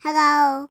Hello.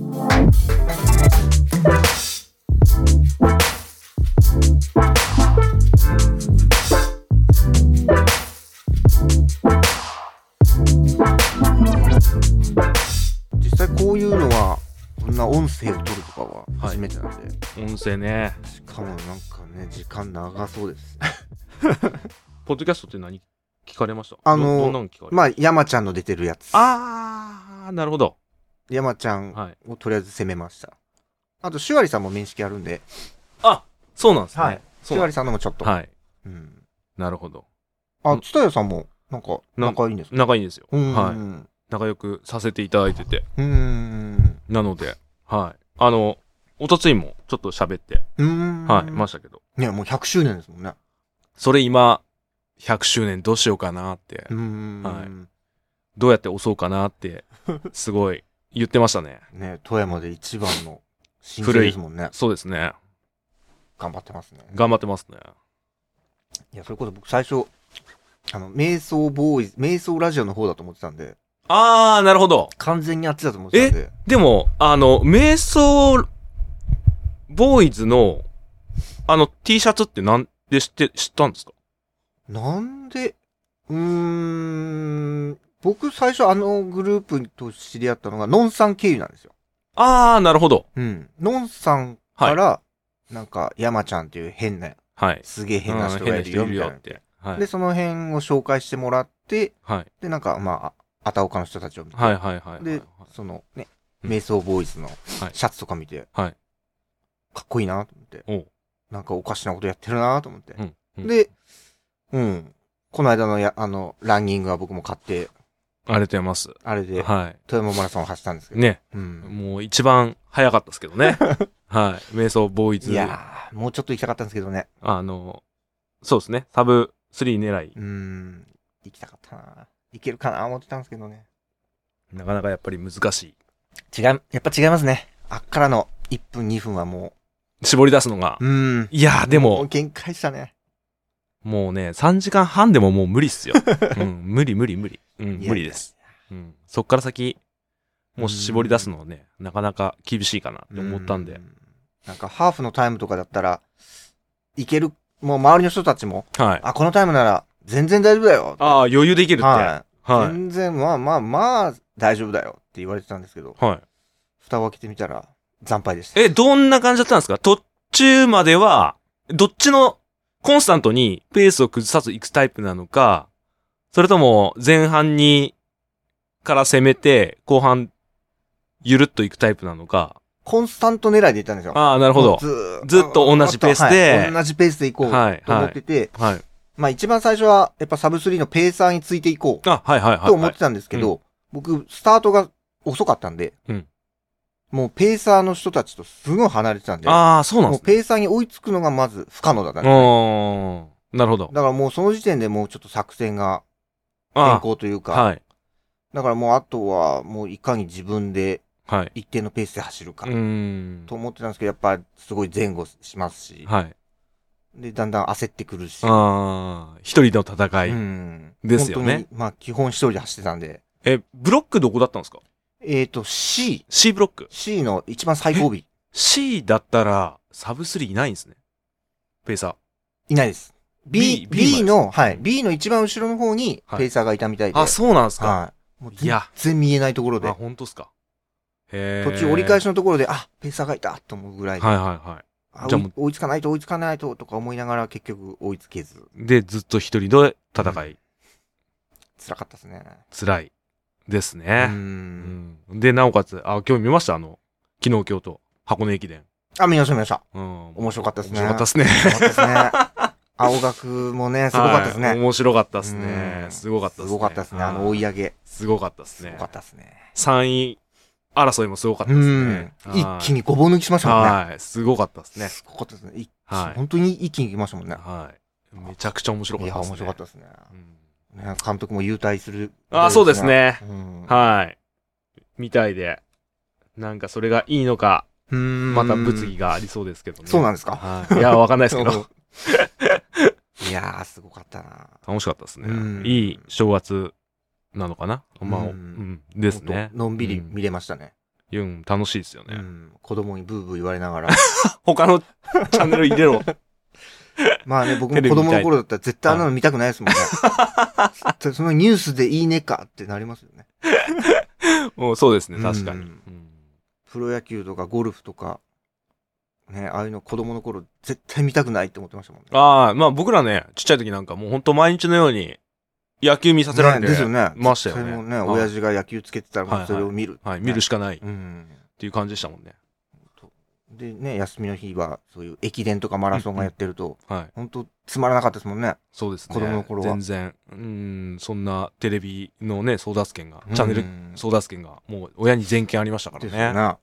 実際こういうのはこんな音声を取るとかは初めてなんで、 音声ね。 しかもなんかね時間長そうですポッドキャストって何聞かれました？どんなの聞かれまあ山ちゃんの出てるやつ、 あー、なるほど。 山ちゃんはい。 をとりあえず攻めました。あとシュワリさんも面識あるんで、 あ、そうなんですね。 はいシュワリそうなんです。 さんのもちょっと、 はい。 うん、 なるほど。 あ蔦屋さんもなんかな仲いいんですか？ 仲いいんですよ。はい。 い。 仲良くさせていただいてて。 うんなので、はい。おとついもちょっと喋って、はい、ましたけど。 ねもう100周年ですもんね。 それ今、100周年どうしようかなって、 はいどうやって押そうかなって、すごい言ってましたね。 ね富山で一番の新生ですもんね。 そうですね。 頑張ってますね。 頑張ってますね。 いやそれこそ僕最初瞑想ボーイズ瞑想ラジオの方だと思ってたんで、 あー、なるほど。 完全にあっちだと思ってたんで。 でも、瞑想ボーイズの、T シャツってなんで知ったんですか？ なんで僕最初グループと知り合ったのがノンさん経由なんですよ。 あー、なるほど。 ノンさんから、なんか山ちゃんっていう変な、 はい。 すげえ変な人がいるよみたいな。 って。はい。 でその辺を紹介してもらって、 はい。 でなんかまああたおかの人たちを見て、 はいはいはい。 でそのねうん瞑想ボーイズのシャツとか見て、 はい。 かっこいいなと思って、 おう。 なんかおかしなことやってるなと思って、 うん。 で、この間のランニングは僕も買って、 ありがとうございます。 あれで、 はい。 富山マラソンを走ったんですけど。 ね。もう一番早かったですけどね。はい。瞑想ボーイズ。 いやー、もうちょっと行きたかったんですけどね。 そうですね。サブ3狙い。 行きたかったな。行けるかな思ってたんですけどね。 なかなかやっぱり難しい。 やっぱ違いますね。あっからの1分2分はもう。絞り出すのが。いやーでも。 限界したね。 もうね、3時間半でももう無理っすよ。無理。無理です。そっから先、もう絞り出すのはね、なかなか厳しいかなって思ったんで。 なんかハーフのタイムとかだったら、いける、もう周りの人たちも、 はい。 あ、このタイムなら全然大丈夫だよ。 ああ、余裕できるって。 はい。 はい。 全然、まあ、大丈夫だよって言われてたんですけど、 はい。 蓋を開けてみたら、惨敗でした。 どんな感じだったんですか？途中までは、どっちの、コンスタントにペースを崩さず行くタイプなのか、それとも前半に、から攻めて、後半、ゆるっと行くタイプなのか。 コンスタント狙いで行ったんですよ。 ああ、なるほど。ずっと同じペースで、 はい、同じペースで行こうと思ってて、 はい。 まあ一番最初は、やっぱサブ3のペーサーについていこう。と思ってたんですけど、僕、スタートが遅かったんで、もうペーサーの人たちとすごい離れてたんで、 ああ、そうなんですね。 もうペーサーに追いつくのがまず不可能だったんですね。 なるほど。 だからもうその時点でもうちょっと作戦が変更というか、 はい。 だからもうあとはもういかに自分で一定のペースで走るか、と思ってたんですけど、やっぱすごい前後しますし、はい。で、だんだん焦ってくるし。 一人の戦い。ですよね。 本当に、まあ基本一人で走ってたんで。 ブロックどこだったんですか ？C。 C ブロック。 C の一番最後尾。 C だったら、サブ3いないんですね。ペーサー。 いないです。B の、はい。B の一番後ろの方に、ペーサーがいたみたいで。 あ、そうなんですか。 はい。もう全然見えないところで。 あ、本当ですか。 途中折り返しのところで、あ、ペーサーがいたと思うぐらいで。 はいはいはい。 じゃあ追いつかないととか思いながら結局追いつけず。 で、ずっと一人で戦い。 辛かったですね。 辛い。ですね。で、なおかつ、今日見ました昨日今日と、箱根駅伝。 見ました。面白かったですね。 面白かったですね。 青学もね、すごかったですね。 面白かったですね。すごかったですね。 すごかったですね。追い上げ。 すごかったですね。 すごかったですね。 3位争いもすごかったですね。 一気にごぼう抜きしましたもんね。 はい。すごかったですね。 すごかったですね。本当に一気に行きましたもんね。 はい。めちゃくちゃ面白かったですね。 いや、面白かったですね。監督も優待する。 そうですね。はい。みたいで。なんかそれがいいのか、また物議がありそうですけどね。 そうなんですか？ いや、わかんないですけど。 いやー、すごかったな。 楽しかったですね。いい正月なのかな。まあ、ですね。 のんびり見れましたね。 うん、楽しいですよね。 子供にブーブー言われながら。 他のチャンネル入れろ。 まあね、僕も子供の頃だったら絶対あんなの見たくないですもんね。そのニュースでいいねかってなりますよね。 そうですね、確かに。 プロ野球とかゴルフとか、ね、ああいうの子供の頃絶対見たくないって思ってましたもんね。 ああ、まあ僕らね、ちっちゃい時なんかもう本当毎日のように野球見させられて、 ですよね。 ましたよね。 それもね、親父が野球つけてたらそれを見る。 はい、見るしかない。っていう感じでしたもんね。 でね、休みの日はそういう駅伝とかマラソンがやってると、本当つまらなかったですもんね。 そうですね。 子供の頃は。 全然、そんなテレビのね、争奪権が、チャンネル争奪権が、もう親に全権ありましたからね。ですね。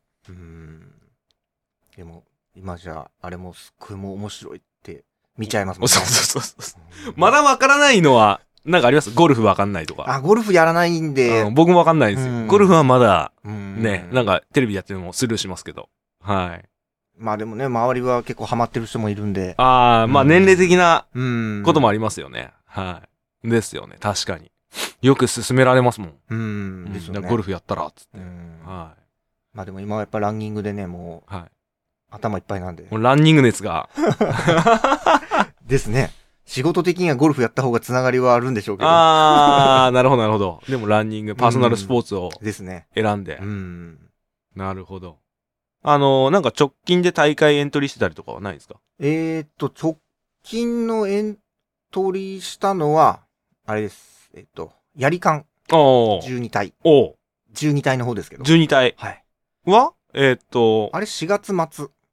でも、今じゃ、あれもすっごいもう面白いって見ちゃいますもんね。 そう。まだわからないのは、なんかあります？ゴルフわかんないとか。 ゴルフやらないんで。 僕もわかんないんですよ。ゴルフはまだ、ね、なんかテレビやってるのもスルーしますけど。はい。 まあでもね、周りは結構ハマってる人もいるんで。 まあ年齢的なこともありますよね。はい。ですよね、確かに。よく勧められますもん。ですよね。ゴルフやったら、つって。はい。 まあでも今はやっぱランニングでね、もう、頭いっぱいなんで。 もうランニング熱が。 ですね。仕事的にはゴルフやった方がつながりはあるんでしょうけど。 なるほど。でもランニング、パーソナルスポーツをですね。 選んで。なるほど。なんか直近で大会エントリーしてたりとかはないですか？ 直近のエントリーしたのは、あれです。やりかん。12体。12体の方ですけど。 12体。 はい。 はあれ 4月末。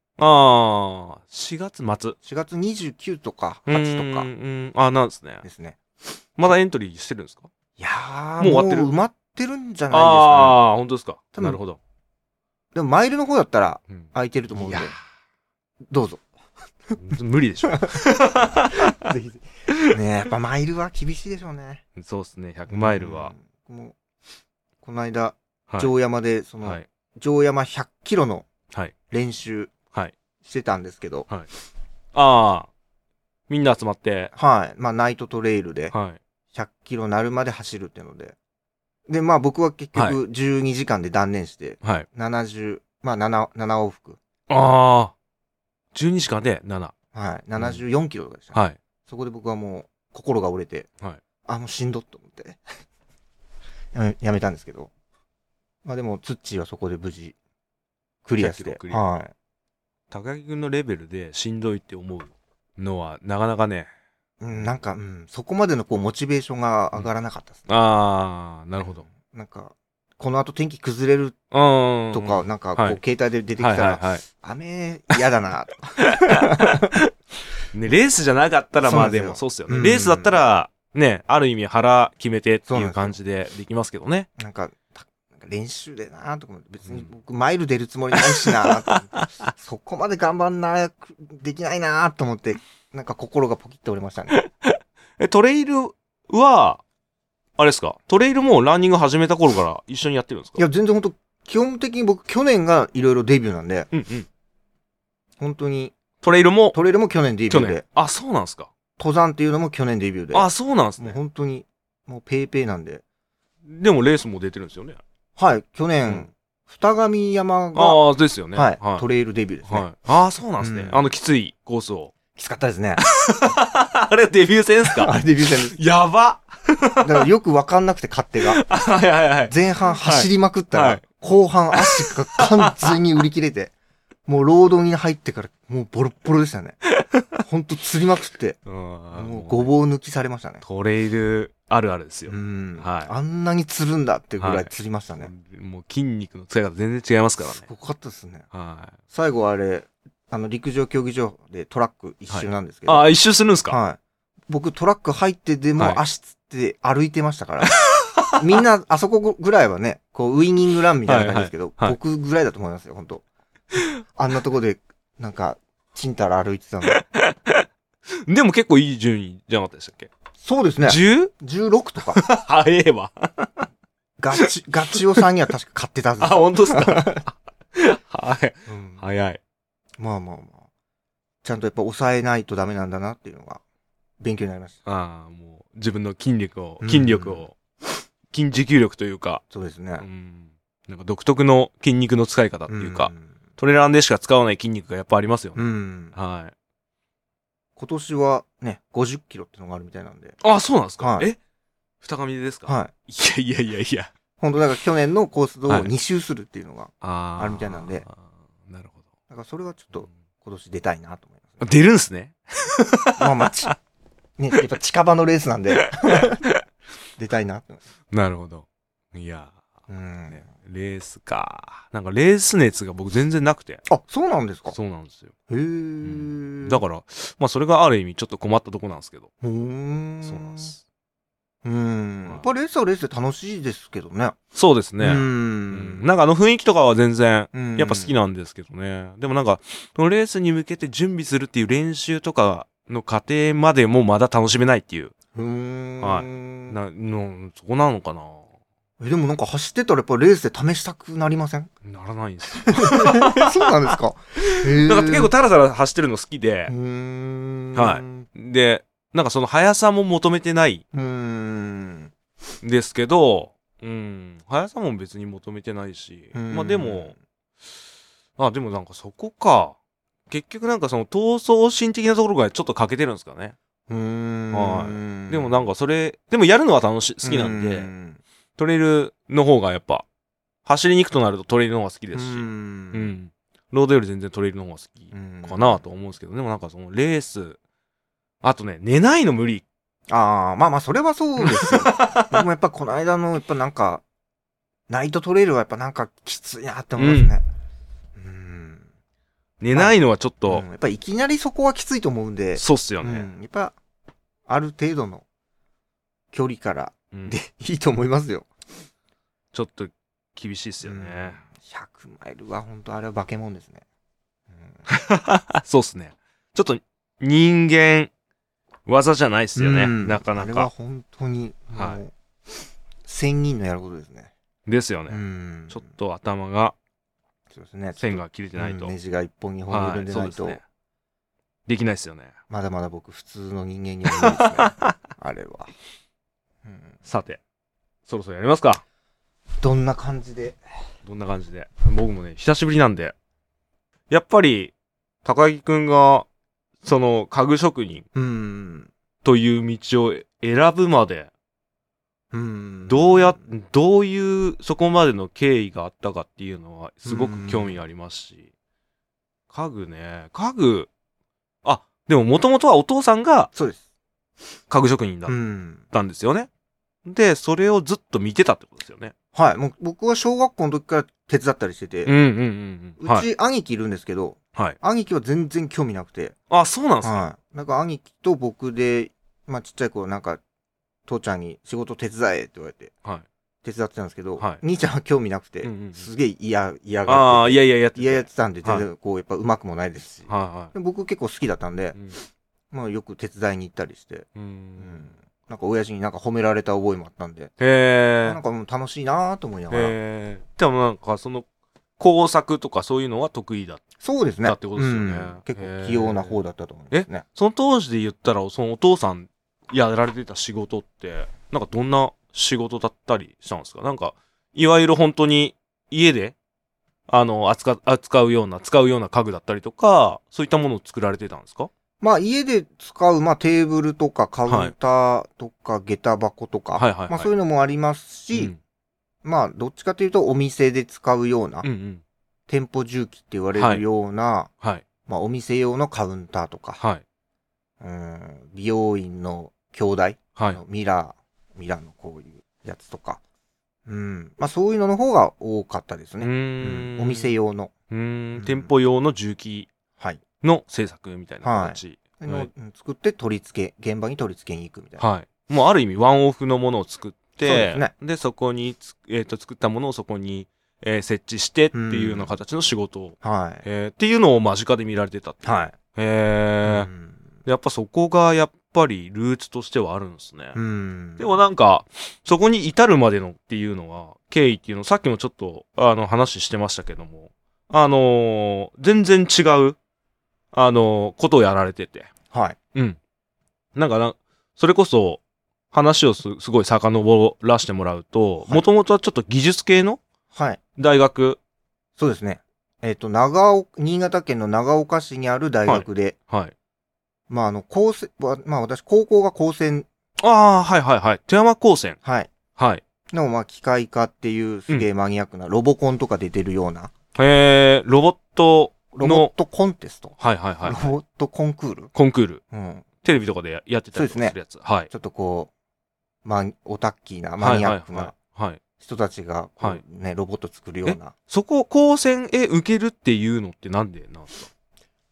4月末。4 月29とか8とか。 なんですね。 ですね。 まだエントリーしてるんですか？ いやー、もう終わってる。埋まってるんじゃないですか、ね。 本当ですか。なるほど。 でもマイルの方だったら空いてると思うんで、どうぞ。 無理でしょ。ぜひぜひ。ねやっぱマイルは厳しいでしょうね。 そうですね、100マイルは。 もうこの間、城山で、城山100キロの練習してたんですけど、 みんな集まって。 まあナイトトレイルで、100キロなるまで走るっていうので、で、まあ僕は結局12時間で断念して、70、まあ7往復。 12時間で7。 74キロとかでしたね。そこで僕はもう心が折れて、もうしんどっと思ってやめたんですけど。まあでも、ツッチーはそこで無事、クリアして。 高木くんのレベルでしんどいって思うのは、なかなかね。 なんか、そこまでのモチベーションが上がらなかったですね。 なるほど。 なんか、この後天気崩れるとか、なんか携帯で出てきたら、雨嫌だなと。 ね、レースじゃなかったら、まあでもそうっすよね。レースだったら、ね、ある意味腹決めてっていう感じでできますけどね。 なんか練習でなとか、別に僕マイル出るつもりないしなと思って、そこまで頑張んな、できないなと思って、なんか心がポキッと折れましたね。 トレイルは、あれですか？トレイルもランニング始めた頃から一緒にやってるんですか？ いや、全然本当基本的に僕、去年がいろいろデビューなんで、本当に。トレイルも去年デビューで。 そうなんですか？ 登山っていうのも去年デビューで。 そうなんですね。 もう本当に、もうペーペーなんで。 でもレースも出てるんですよね。 去年、二神山が、 ですよね。 トレイルデビューですね。 そうなんですね。きついコースを。 きつかったですね。 あれデビュー戦ですか？ あれデビュー戦です。 やばだからよくわかんなくて勝手が。前半走りまくったら、後半足が完全に売り切れて、もうロードに入ってからもうボロッボロでしたね。ほんと釣りまくって、もうごぼう抜きされましたね。 トレイルあるあるですよ。 あんなに釣るんだっていうぐらい釣りましたね。 もう筋肉の使い方全然違いますからね。 すごかったですね。最後あれ、陸上競技場でトラック一周なんですけど。 一周するんですか？ 僕トラック入ってでも足つって歩いてましたから。みんなあそこぐらいはね、ウイニングランみたいな感じですけど、僕ぐらいだと思いますよ、本当あんなとこで、なんか、ちんたら歩いてたの。 でも結構いい順位じゃなかったでしたっけ？ そうですね。16とか。 早えわ。 ガチオさんには確か買ってたはずです。 本当ですか？早い。 まあ。ちゃんとやっぱ抑えないとダメなんだなっていうのが、勉強になりました。 もう、自分の筋力を、筋持久力というか。 そうですね。 なんか独特の筋肉の使い方っていうか、トレランでしか使わない筋肉がやっぱありますよね。はい。 今年はね、50キロってのがあるみたいなんで。 あ、そうなんですか、 はい、 二上でですか？ はい。 いや。 本当だから去年のコースを2周するっていうのがあるみたいなんで。 なるほど。 だからそれはちょっと今年出たいなと思います、 ね。出るんすね。 まあ、ね、やっぱ近場のレースなんで、出たいなって思います。 なるほど。いやね、レースか。なんかレース熱が僕全然なくて。 あ、そうなんですか？ そうなんですよ。 へー。 だから、まあそれがある意味ちょっと困ったとこなんですけど。 そうなんです。 やっぱレースはレースで楽しいですけどね。 そうですね。なんか雰囲気とかは全然、やっぱ好きなんですけどね。でもなんか、そのレースに向けて準備するっていう練習とかの過程までもまだ楽しめないっていう。はい。そこなのかな。 でもなんか走ってたらやっぱレースで試したくなりません？ ならないんですよ。 そうなんですか？ なんか結構タラタラ走ってるの好きで。はい。で、なんかその速さも求めてない。ですけど、速さも別に求めてないし。まあでもなんかそこか。結局なんかその闘争心的なところがちょっと欠けてるんですかね。はい。でもなんかでもやるのは好きなんで、トレイルの方がやっぱ、走りに行くとなるとトレイルの方が好きですし、ロードより全然トレイルの方が好きかなと思うんですけど、でもなんかそのレース、あとね、寝ないの無理。 まあ、それはそうですよ。僕もやっぱこの間の、やっぱなんか、ナイトトレイルはやっぱなんかきついなって思いますね。 寝ないのはちょっと、 やっぱいきなりそこはきついと思うんで。 そうっすよね。 やっぱ、ある程度の距離からでいいと思いますよ。 ちょっと厳しいっすよね。 100マイルは本当あれは化け物ですね。 そうっすね。ちょっと人間技じゃないっすよね。なかなか。あれは本当に、はい。1000人のやることですね。 ですよね。ちょっと頭が、 そうですね。 線が切れてないと。 ネジが1本2本緩んでないと。 できないっすよね。 まだまだ僕普通の人間には無理ですね。あれは。 さて、そろそろやりますか。 どんな感じで僕もね、久しぶりなんで。やっぱり、高木くんが、その、家具職人。という道を選ぶまで。どういう、そこまでの経緯があったかっていうのは、すごく興味がありますし。家具、でももともとはお父さんが、 そうです。 家具職人だったんですよね。で、それをずっと見てたってことですよね。 はい。もう僕は小学校の時から手伝ったりしてて。うち兄貴いるんですけど、 はい。 兄貴は全然興味なくて。 あ、そうなんですか？ はい。なんか兄貴と僕で、まあちっちゃい頃なんか、父ちゃんに仕事手伝えって言われて。はい。手伝ってたんですけど、兄ちゃんは興味なくて、すげえ嫌がってて。やってたんで、全然こう、やっぱうまくもないですし。僕結構好きだったんで、まあよく手伝いに行ったりして。なんか親父になんか褒められた覚えもあったんで。なんかもう楽しいなと思いながら。 でもなんかその工作とかそういうのは得意だった。 そうですね。 だってことですよね。 結構器用な方だったと思いますね。 その当時で言ったら、そのお父さんやられてた仕事って、なんかどんな仕事だったりしたんですか？なんか、いわゆる本当に家で、使うような家具だったりとか、そういったものを作られてたんですか？ まあ家で使う、まあテーブルとかカウンターとか下駄箱とか、まあそういうのもありますし、まあどっちかというとお店で使うような、店舗重機って言われるような、まあお店用のカウンターとか、美容院の鏡台、ミラーのこういうやつとか、まあそういうのの方が多かったですね。お店用の。 店舗用の重機。の制作みたいな形。 作って現場に取り付けに行くみたいな。 もうある意味ワンオフのものを作って、で、そこに作ったものをそこに、設置してっていうような形の仕事を、っていうのを間近で見られてたっていう。やっぱそこがやっぱりルーツとしてはあるんですね。でもなんか、そこに至るまでのっていうのは、経緯っていうのをさっきもちょっと話してましたけども、全然違う、ことをやられてて。なんかそれこそ、話をすごい遡らせてもらうと、もともとはちょっと技術系のはい。 大学。 そうですね。新潟県の長岡市にある大学で、 はい。 まあ、私、高校が高専。 ああ、はいはいはい。富山高専。 はい。 はい。 でもまあ、機械科っていうすげえマニアックな、ロボコンとかで出るような。 ロボットコンテスト。 はいはいはい。 ロボットコンクール。 コンクール。 うん。 テレビとかでやってたりとかするやつ。そうですね。はい。 ちょっとこう、まあ、オタッキーな、マニアックな人たちが、ね、ロボット作るような。 そこ、高専へ受けるっていうのってなんでなんですか？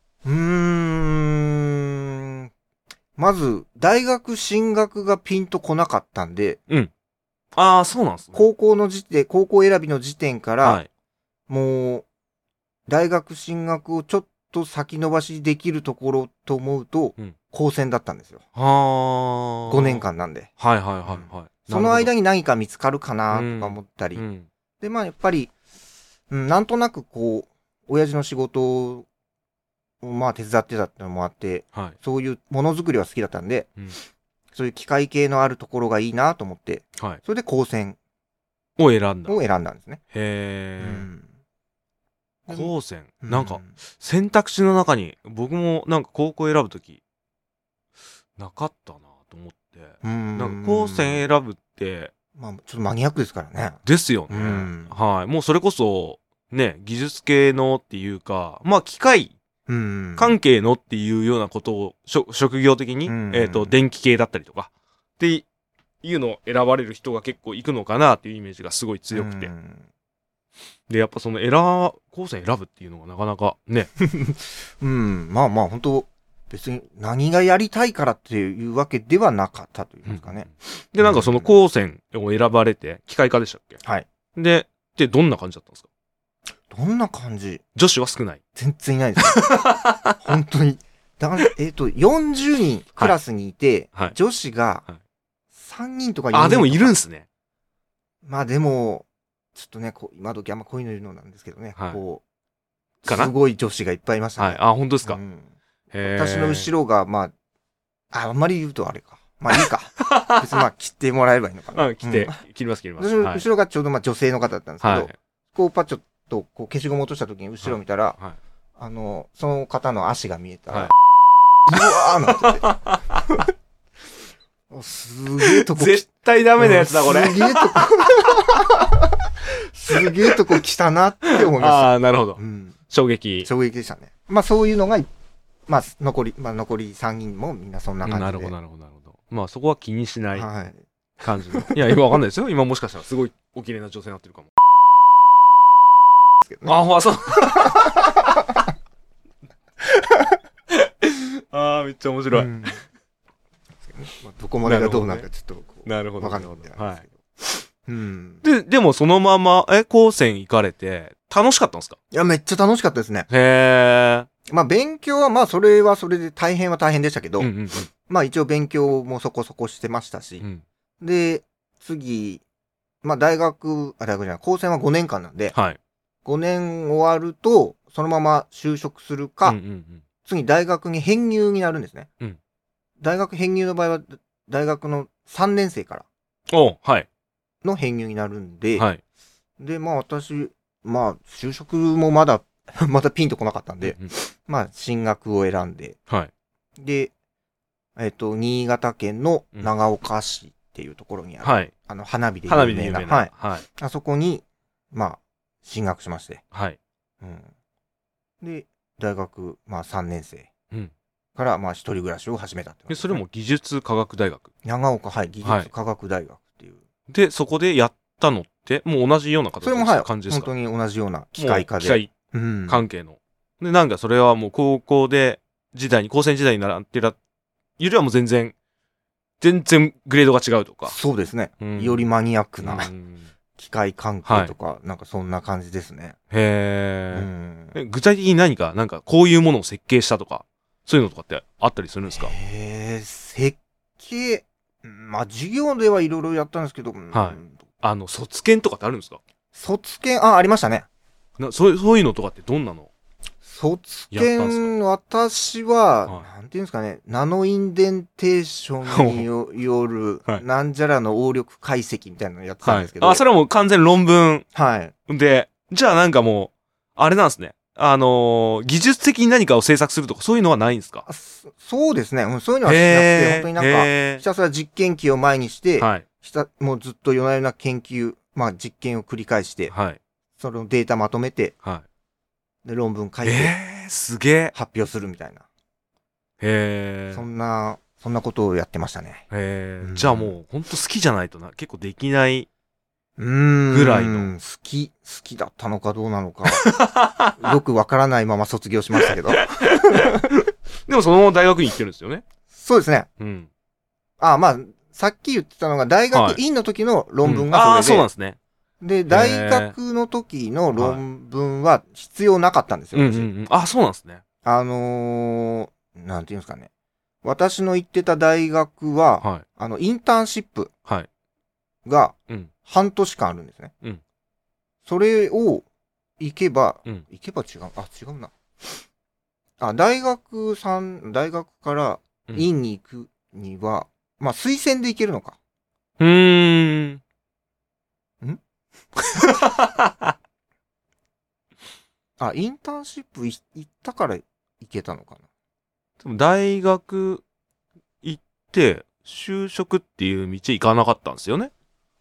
まず、大学進学がピンとこなかったんで。 うん。ああ、そうなんですね。 高校選びの時点から、はい、もう、大学進学をちょっと先延ばしできるところと思うと、高専だったんですよ。5年間なんで。 はいはいはいはい。 その間に何か見つかるかなとか思ったり。で、まあやっぱり、なんとなくこう、親父の仕事を、まあ手伝ってたってのもあって、はい、そういうものづくりは好きだったんで、そういう機械系のあるところがいいなと思って、はい、それで高専を選んだんですね。 へー。高専、なんか、選択肢の中に、僕もなんか高校選ぶとき、なかったなと思って、なんか高専選ぶって、 まあ、ちょっとマニアックですからね。 ですよね。はい。もうそれこそ、ね、技術系のっていうか、まあ機械関係のっていうようなことを、職業的に、電気系だったりとか、っていうのを選ばれる人が結構行くのかなっていうイメージがすごい強くて。で、やっぱその高専選ぶっていうのがなかなかね。 まあまあ本当別に何がやりたいからっていうわけではなかったといいますかね。 で、なんかその高専を選ばれて、機械科でしたっけ？ はい。 で、どんな感じだったんですか？ どんな感じ？ 女子は少ない。 全然いないです。本当に。だから、40人クラスにいて、はい、女子が3人とか4人とか。 あ、でもいるんすね。 まあでも、ちょっとね、今時あんまこういうのいるのなんですけどね。はい、すごい女子がいっぱいいましたね。 はい。あ、本当ですか。 私の後ろが、まあ、あんまり言うとあれか。まあいいか。別にまあ切ってもらえばいいのかな。 切ります。 後ろがちょうどまあ女性の方だったんですけど、こうパッチョとこう消しゴム落とした時に後ろ見たら、その方の足が見えたら、うわーなってて。すげえとこ。 絶対ダメなやつだ、これ。 すげえとこ来たなって思いました。 ああ、なるほど。衝撃でしたね。まあそういうのが、まあ残り3人もみんなそんな感じで。 なるほど。まあそこは気にしない感じの。いや、今わかんないですよ。今もしかしたらすごいお綺麗な女性になってるかも。あ、そう。ああ、めっちゃ面白い。 どこまでがどうなんかちょっとなるほど。 わかんないんですけど。はい。 でもそのまま、高専行かれて、楽しかったんですか？ いや、めっちゃ楽しかったですね。 へー。 まあ勉強は、まあそれはそれで大変は大変でしたけど、まあ一応勉強もそこそこしてましたし、で、次、まあ大学じゃない、高専は5年間なんで、はい、5年終わると、そのまま就職するか、次大学に編入になるんですね。大学編入の場合は、大学の3年生からの編入になるんで、はい、で、まあ私、まあ就職もまだピンとこなかったんで、まあ進学を選んで、はい、で、新潟県の長岡市っていうところにある、はい、花火で有名な、はい、はい、あそこに、まあ、進学しまして、はい、で、大学、まあ3年生。から、まあ、一人暮らしを始めたって、 で、それも技術科学大学。 長岡、はい、技術科学大学っていう。 で、そこでやったのって、もう同じような形それも、はい、感じですか？本当に同じような機械科で。 機械関係の。で、なんかそれはもう高専時代に習ってるよりはもう全然グレードが違うとか。 そうですね。よりマニアックな機械関係とか、なんかそんな感じですね。 へー。具体的になんかこういうものを設計したとか、そういうのとかってあったりするんですか？ 設計、まあ、授業ではいろいろやったんですけど、 はい。卒検とかってあるんですか？ 卒検、ありましたね。 そういうのとかってどんなの？ 卒やったん検、私は、 はいなんていうんですかね、ナノインデンテーションによる、 はいなんじゃらの応力解析みたいなのやってたんはいですけ。ど。 あ、それはもう完全論文はい。 で、じゃあなんかもう、あれなんですね。技術的に何かを制作するとかそういうのはないんですか？ そうですね。そういうのはしなくて、本当になんか、 へーひたすら実験機を前にして、 はい。 もうずっと夜な夜な研究、まあ実験を繰り返して、 はい。 そのデータまとめて、 はで、論文書い。 いて、 すげえ。 発表するみたいな。 へそんなことをやってましたね。 じゃあもう、ほんと好きじゃないとな、結構できないぐぐらいの。 好きだったのかどうなのか。よくわからないまま卒業しましたけど。 でもそのまま大学に行ってるんですよね。 そうですね。 うん。 まあ、さっき言ってたのが大学院の時の論文がそれで。 ああ、そうなんですね。 で、大学の時の論文は必要なかったんですよ。 あ、そうなんですね。 なんていうんですかね。私の行ってた大学は、インターンシップが半年間あるんですね。それを行けば違う。違うな。大学から院に行くには、まあ推薦で行けるのか。インターンシップ行ったから行けたのかな。 でも大学行って、就職っていう道行かなかったんですよね。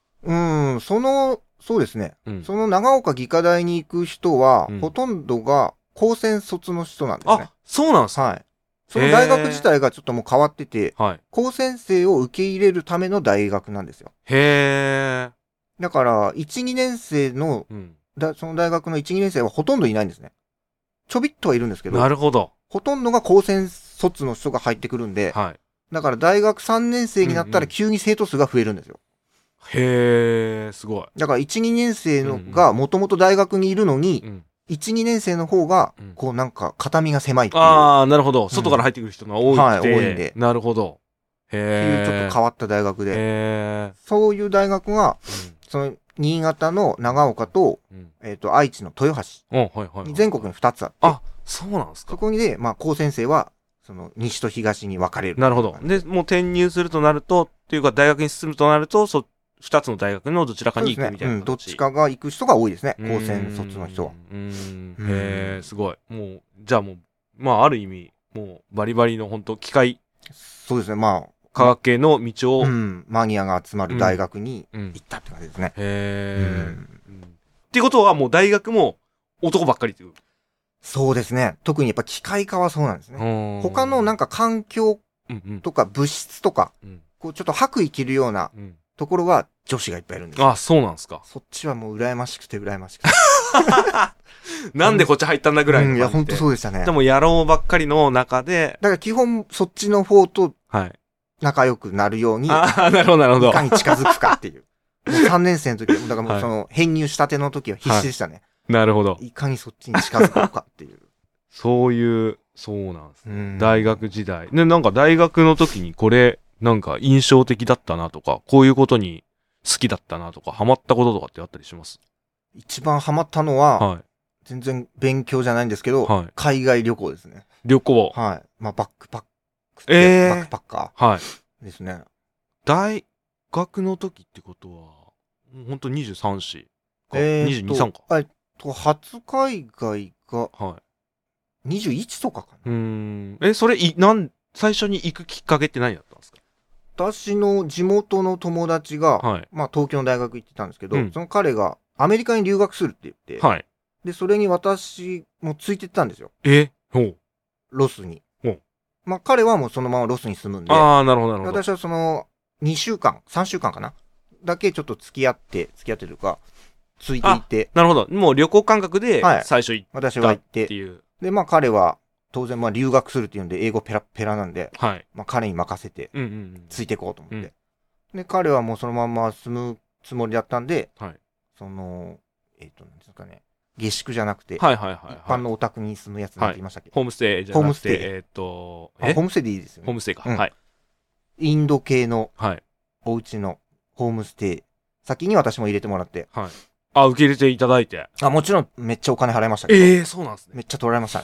そうですね。その長岡技科大に行く人は、ほとんどが高専卒の人なんですね。 あ、そうなんですか。 はい。その大学自体がちょっともう変わってて、高専生を受け入れるための大学なんですよ。 へー。 だから、1、2年生の、その大学の1、2年生はほとんどいないんですね。ちょびっとはいるんですけど、 なるほど。 ほとんどが高専卒の人が入ってくるんで、だから大学3年生になったら急に生徒数が増えるんですよ。 へー、すごい。 だから1、2年生のがもともと大学にいるのに、1、2年生の方が、こうなんか肩身が狭いっていう。 ああ、なるほど。外から入ってくる人が多いって。 多いんで。 なるほど。 っていうちょっと変わった大学で。そういう大学が、その、新潟の長岡と、愛知の豊橋に全国に2つあって。 あ、そうなんですか。 そこにで、まあ、高専生は、その、西と東に分かれる。 なるほど。で、もう転入するとなると、っていうか大学に進むとなると、2つの大学のどちらかに行くみたいな。 どっちかが行く人が多いですね。高専卒の人は。 へえ、すごい。もう、じゃあもう、まあ、ある意味、もう、バリバリの本当機械。 そうですね、まあ。 科学系の道を。 マニアが集まる大学に行ったって感じですね。 へえ。っていうことはもう大学も男ばっかりっていう。 そうですね。特にやっぱ機械科はそうなんですね。他のなんか環境とか物質とか、こうちょっと白衣着るようなところは女子がいっぱいいるんですよ。 あ、そうなんですか。 そっちはもう羨ましくて羨ましくて。 なんでこっち入ったんだぐらいの。 いや、ほんとそうでしたね。 でも野郎ばっかりの中で。 だから基本そっちの方と、仲良くなるように。 なるほど、なるほど。 いかに近づくかっていう。もう3年生の時、だからもうその、編入したての時は必死でしたね。 なるほど。 いかにそっちに近づこうかっていう。 そうなんですね。大学時代。で、なんか大学の時にこれ、なんか印象的だったなとか、こういうことに好きだったなとか、ハマったこととかってあったりします？ 一番ハマったのは、全然勉強じゃないんですけど、海外旅行ですね。 旅行。 はい。まあ、バックパッカー。 ですね。 大学の時ってことは、ほんと23歳か。22、3か。 初海外が、21とかかな。それ、最初に行くきっかけって何だったんですか？ 私の地元の友達が、まあ東京の大学行ってたんですけど、その彼がアメリカに留学するって言って、で、それに私もついてったんですよ。ロスに。まあ彼はもうそのままロスに住むんで、 なるほど、なるほど。 私はその2週間、3週間かなだけちょっと付き合ってというか、ついていて。 なるほど。もう旅行感覚で最初行った私は行って。で、まあ彼は当然まあ留学するっていうんで英語ペラペラなんで、まあ彼に任せてついていこうと思って。で、彼はもうそのまま住むつもりだったんで、その、なんですかね、下宿じゃなくて、一般のお宅に住むやつなんて言いましたっけ？ ホームステイじゃなくて、ホームステイ。 ホームステイでいいですよね。 ホームステイか。 インド系のお家のホームステイ。先に私も入れてもらって。 受け入れていただいて。 もちろんめっちゃお金払いましたけど。 そうなんですね。 めっちゃ取られましたね。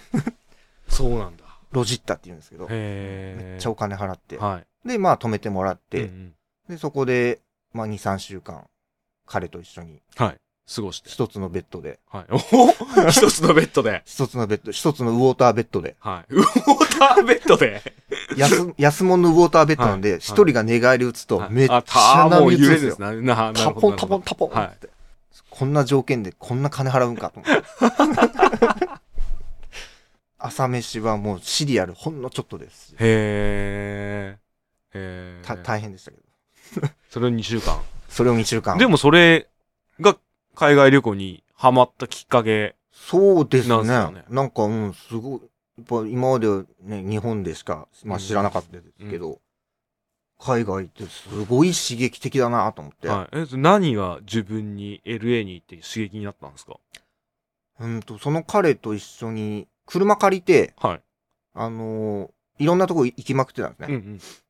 そうなんだ。 ロジッタって言うんですけど、 へめっちゃお金払って、 はい。 で、まあ止めてもらって、 うんうん、 で、そこで、まあ2、3週間、彼と一緒に、 はい。過ごして。 一つのベッドで、 はい。お一つのベッドで。 一つのウォーターベッドで、 はい。ウォーターベッドで。 安物のウォーターベッドなんで、一人が寝返り打つと、めっちゃ波打つんですよ。タポンタポンタポンって。こんな条件でこんな金払うんかと思って。朝飯はもうシリアルほんのちょっとです。 へ大変でしたけど。 それを2週間。 それを2週間。 でもそれが海外旅行にハマったきっかけ。 そうですね。なんか、すごい。やっぱ今まではね、日本でしか、まあ知らなかったですけど、海外ってすごい刺激的だなと思って。 はい。何が自分に LA に行って刺激になったんですか？ その彼と一緒に、車借りて、 はい。 いろんなとこ行きまくってたんですね。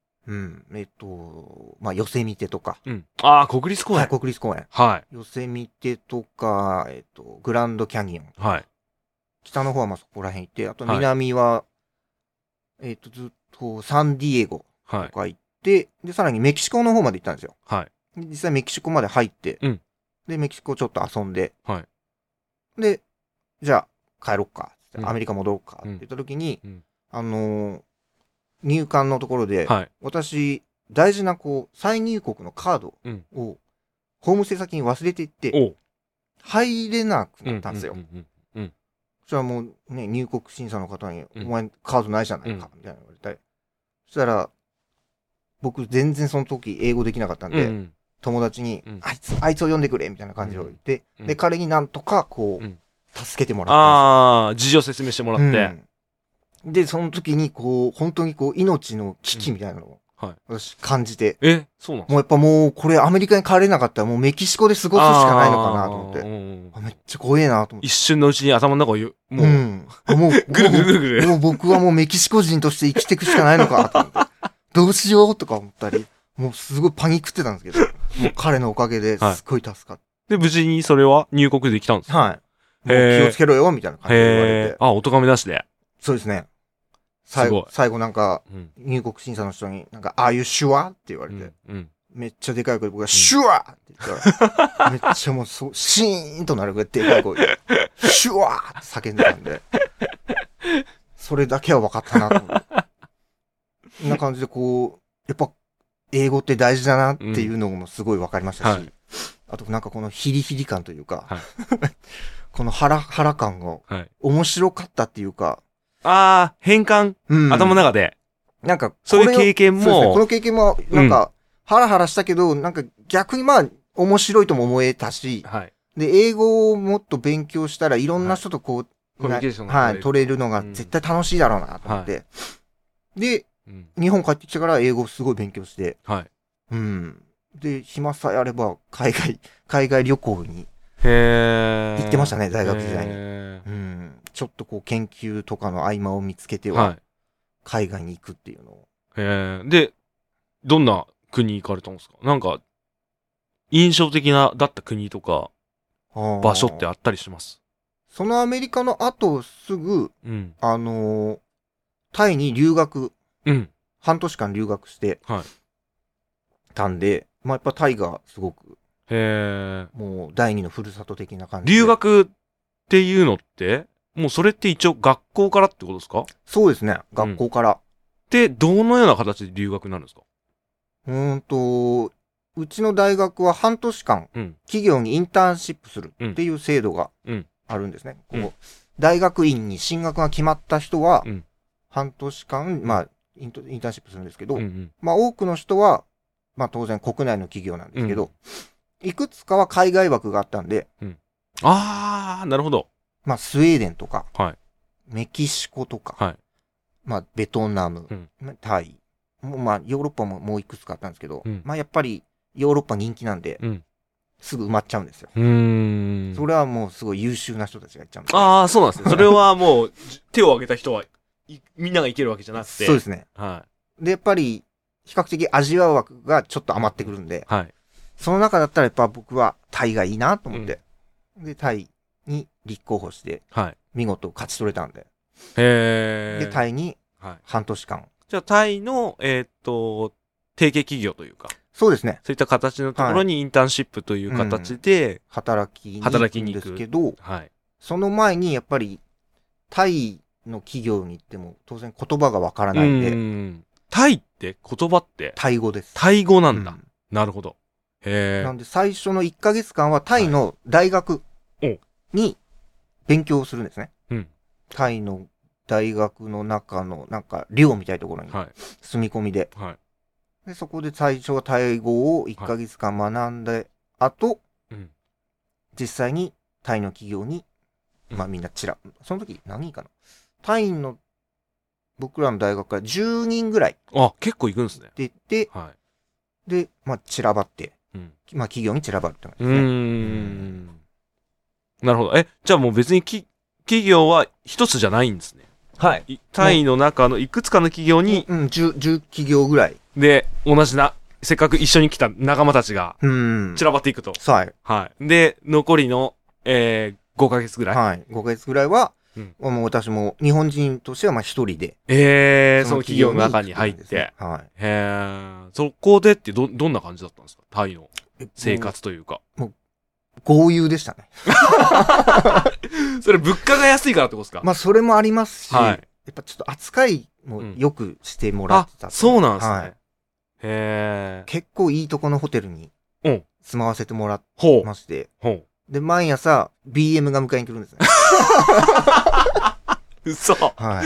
まあ、ヨセミテとか。 ああ、国立公園。 はい、国立公園。 はい。 ヨセミテとか、グランドキャニオン。 はい。 北の方はまあそこら辺行って、あと南は、ずっとサンディエゴとか行って、で、さらにメキシコの方まで行ったんですよ。 はい。 実際メキシコまで入って、で、メキシコちょっと遊んで、 はい。 で、じゃあ帰ろっか。アメリカ戻ろうかって言った時に、入管のところで、私、大事な再入国のカードを、ホームステイ先に忘れていって、入れなくなったんですよ。そしたらもうね、入国審査の方に、お前カードないじゃないか、みたいな言われて。そしたら、僕全然その時英語できなかったんで、友達に、あいつを呼んでくれみたいな感じを言って、で、彼になんとか助けてもらったんですよ。 ああ、事情説明してもらって。 で、その時に本当に命の危機みたいなのを、私感じて。 そうなんもうやっぱもう、これアメリカに帰れなかったらもうメキシコで過ごすしかないのかなと思って。めっちゃ怖えなと思って。 一瞬のうちに頭の中をもう、ぐるぐるぐるぐる。もう僕はもうメキシコ人として生きていくしかないのかと思って。どうしようとか思ったり、もうすごいパニックってたんですけど、もう彼のおかげですごい助かって。 で、無事にそれは入国できたんですか？ はい。もう気をつけろよ、みたいな感じで言われて。 あ、お咎めなしで。 そうですね。最後なんか、入国審査の人に、なんか、Are you sure? って言われて、めっちゃでかい声で僕が、Sure! って言ったら、めっちゃもうシーンとなるぐらいでかい声で、Sure! って叫んでたんで、それだけは分かったなと思って。こんな感じでやっぱ、英語って大事だなっていうのもすごい分かりましたし、あとなんかこのヒリヒリ感というか、このハラ感が面白かったっていうか、 変換、頭の中で。 なんか、 そういう経験も、 この経験も、なんか、ハラハラしたけど、なんか逆にまあ、面白いとも思えたし、で、英語をもっと勉強したらいろんな人とコミュニケーションが取れるのが絶対楽しいだろうなと思って。で、日本帰ってきてから英語をすごい勉強して、で、暇さえあれば、海外旅行に行ってましたね、大学時代に。ちょっと研究とかの合間を見つけては、海外に行くっていうのを。 で、どんな国行かれたんですか？なんか、印象的だった国とか、場所ってあったりします？ そのアメリカの後すぐ、タイに留学、半年間留学して、たんで、まあ、やっぱタイがすごく、もう第二のふるさと的な感じで。 留学っていうのって、もうそれって一応学校からってことですか？ そうですね、学校から。 で、どのような形で留学になるんですか？ うちの大学は半年間、企業にインターンシップするっていう制度があるんですね。大学院に進学が決まった人は、半年間、まあ、インターンシップするんですけど、まあ多くの人は、まあ当然国内の企業なんですけど、いくつかは海外枠があったんで、 なるほど。 まあスウェーデンとか、メキシコとか、まあベトナム、タイ、まあヨーロッパももういくつかあったんですけど、まあやっぱりヨーロッパ人気なんで、すぐ埋まっちゃうんですよ。それはもうすごい優秀な人たちが行っちゃうんで。 そうなんですね。それはもう手を挙げた人はみんなが行けるわけじゃなくて。 そうですね。で、やっぱり比較的アジア枠がちょっと余ってくるんで、その中だったらやっぱ僕はタイがいいなと思って、で、タイに立候補して、見事勝ち取れたんで。 へえ。 で、タイにはい。 半年間。 じゃあ、タイの、提携企業というか、 そうですね。 そういった形のところにインターンシップという形で、 働きに行くんですけど、 はい。 その前にやっぱりタイの企業に行っても当然言葉がわからないんで、 タイって言葉ってタイ語です。 タイ語なんだ。なるほど。へえ。 なんで最初の1ヶ月間はタイの大学に勉強するんですね。 うん。 タイの大学の中のなんか寮みたいなところに住み込みで。 はい。 で、そこで最初はタイ語を1ヶ月間学んで、後、実際にタイの企業に、まあみんなその時何人かな、タイの僕らの大学から10人ぐらい。 あ、結構行くんですね。 で、 はい。 で、まあ散らばって、まあ企業に散らばるって感じですね。 なるほど。じゃあもう別に企業は一つじゃないんですね。 はい。 タイの中のいくつかの企業に、 10企業ぐらい。 で、せっかく一緒に来た仲間たちが、散らばっていくと。 はい。 はい。で、残りの、5ヶ月ぐらい。 はい。5ヶ月ぐらいは、もう私も日本人としてはまあ一人で。 その企業の中に入って。 はい。 そこでってどんな感じだったんですか？タイの生活というか。 もう、豪遊でしたね。 それ物価が安いからってことですか？ まあそれもありますし、 はい。 やっぱちょっと扱いもよくしてもらってた。 そうなんですね。 はい。結構いいとこのホテルに住まわせてもらってまして。で、毎朝 BM が迎えに来るんですね。 嘘。 はい。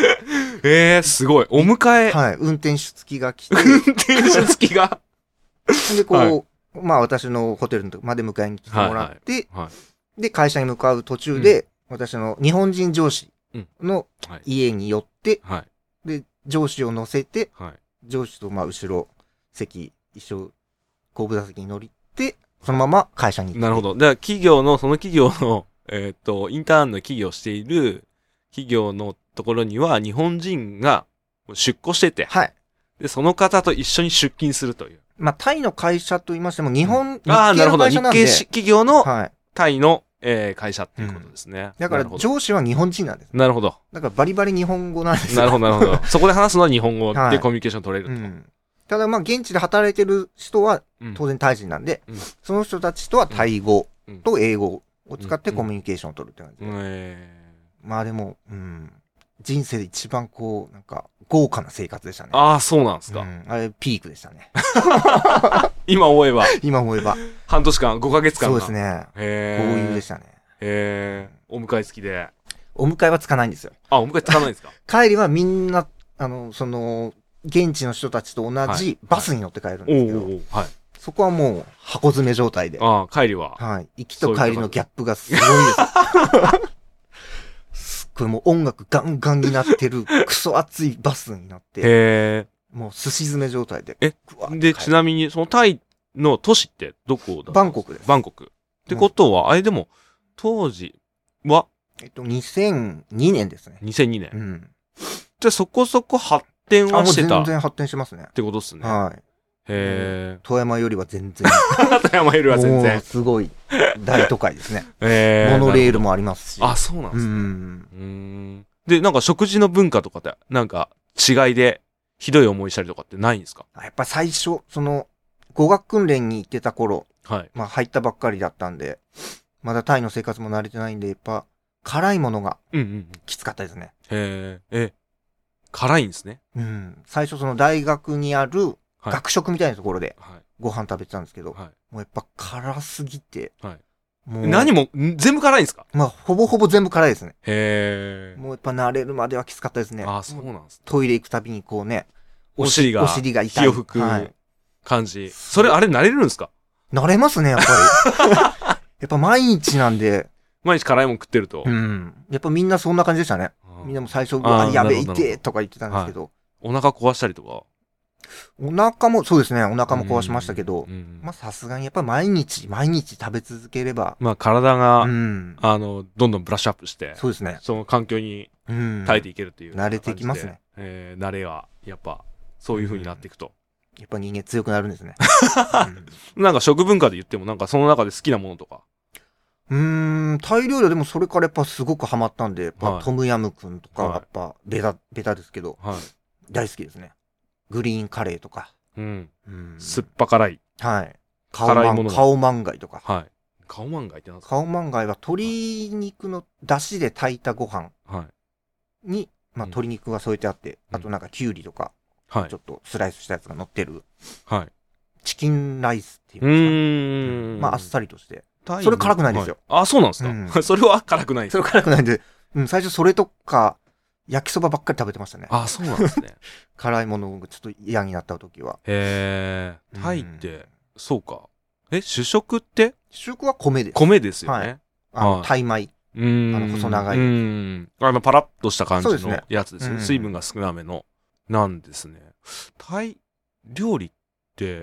すごい。お迎え。 はい。運転手付きが来て。 運転手付きが。 で、こう、まあ私のホテルのとこまで迎えに来てもらって、で、会社に向かう途中で、私の日本人上司の家に寄って、で、上司を乗せて、上司とまあ後ろ席、一緒、後部座席に乗りって、そのまま会社に行って。 なるほど。だからその企業の、インターンの企業をしている企業のところには日本人が出向してて、 はい。 で、その方と一緒に出勤するという。 まあ、タイの会社と言いましても、日系の会社なんで。日系企業の、 はい。 タイの、会社っていうことですね。 だから、上司は日本人なんです。 なるほど。 だから、バリバリ日本語なんですよ。 なるほど、なるほど。そこで話すのは日本語でコミュニケーション取れると。 ただ、まあ、現地で働いてる人は、当然タイ人なんで、その人たちとはタイ語と英語を使ってコミュニケーションを取るって感じで。まあでも、人生で一番こう、なんか、豪華な生活でしたね。 ああ、そうなんですか。 あれ、ピークでしたね。 今思えば。半年間、5ヶ月間。 そうですね。豪遊でしたね。 お迎え付きで。 お迎えはつかないんですよ。 あ、お迎えつかないんですか？ 帰りはみんな、現地の人たちと同じバスに乗って帰るんですけど、そこはもう箱詰め状態で。 帰りは。 はい。行きと帰りのギャップがすごいです。これもう音楽ガンガンになってるクソ熱いバスになって、もうすし詰め状態で。 で、ちなみにそのタイの都市ってどこだ？ バンコクです。 バンコク。ってことは、あれでも、当時は 2002年ですね。 2002年。じゃあそこそこ発展はしてた。 全然発展してますね。 ってことっすね。 はい。富山よりは全然。 富山よりは全然。 すごい大都会ですね。モノレールもありますし。 あ、そうなんですね。で、なんか食事の文化とかって、なんか違いでひどい思いしたりとかってないんですか？ やっぱ最初、語学訓練に行ってた頃、まあ入ったばっかりだったんで、まだタイの生活も慣れてないんで、やっぱ辛いものがきつかったですね。 辛いんですね。 最初大学にある学食みたいなところでご飯食べてたんですけど、もうやっぱ辛すぎて、 もう何も全部辛いんですか？ まあほぼほぼ全部辛いですね。もうやっぱ慣れるまではきつかったですね。 あ、そうなんです。 トイレ行くたびにこうね、 お尻が痛い。 火を吹く感じ。それあれ慣れるんですか？ 慣れますね、やっぱり。やっぱ毎日なんで。 毎日辛いもん食ってると。 やっぱみんなそんな感じでしたね。みんなも最初、やべえ、痛えとか言ってたんですけど。 お腹壊したりとか。 お腹も、そうですね、お腹も壊しましたけど、まあさすがにやっぱ毎日食べ続ければ。 まあ体が、どんどんブラッシュアップして。 そうですね。 その環境に耐えていけるっていう。 慣れてきますね。 慣れは、やっぱ、そういう風になっていくと。 やっぱ人間強くなるんですね。 なんか食文化で言っても、なんかその中で好きなものとか。 タイ料理はでもそれからやっぱすごくハマったんで、やっぱはいトムヤムクンとかはいやっぱベタですけど、 はい。 大好きですね。グリーンカレーとか。 うん。 うん酸っぱ辛い。 はい。 辛いものがカオマンガイとか。 はい。カオマンガイってなんですか？ カオマンガイは鶏肉の出汁で炊いたご飯はい。 に、まあ、 うん鶏肉が添えてあって、 うんあとなんかキュウリとか、 はいちょ。っとスライスしたやつが乗ってる、 はい。 チキンライスっていうんですかね。まあ、あっさりとして。 タイそれ辛くないですよ。 はいあ、そうなんですか、 うんそれは辛くないんですそれ辛くないんで、最初それとか、焼きそばばっかり食べてましたね。 あ、そうなんですね。 辛いものがちょっと嫌になった時は。 へえ。タイって、そうか。主食って主食は米です。 米ですよね。はいタイ米。細長いパラッとした感じのそうですねやつですよ。水分が少なめの。なんですね。タイ料理って、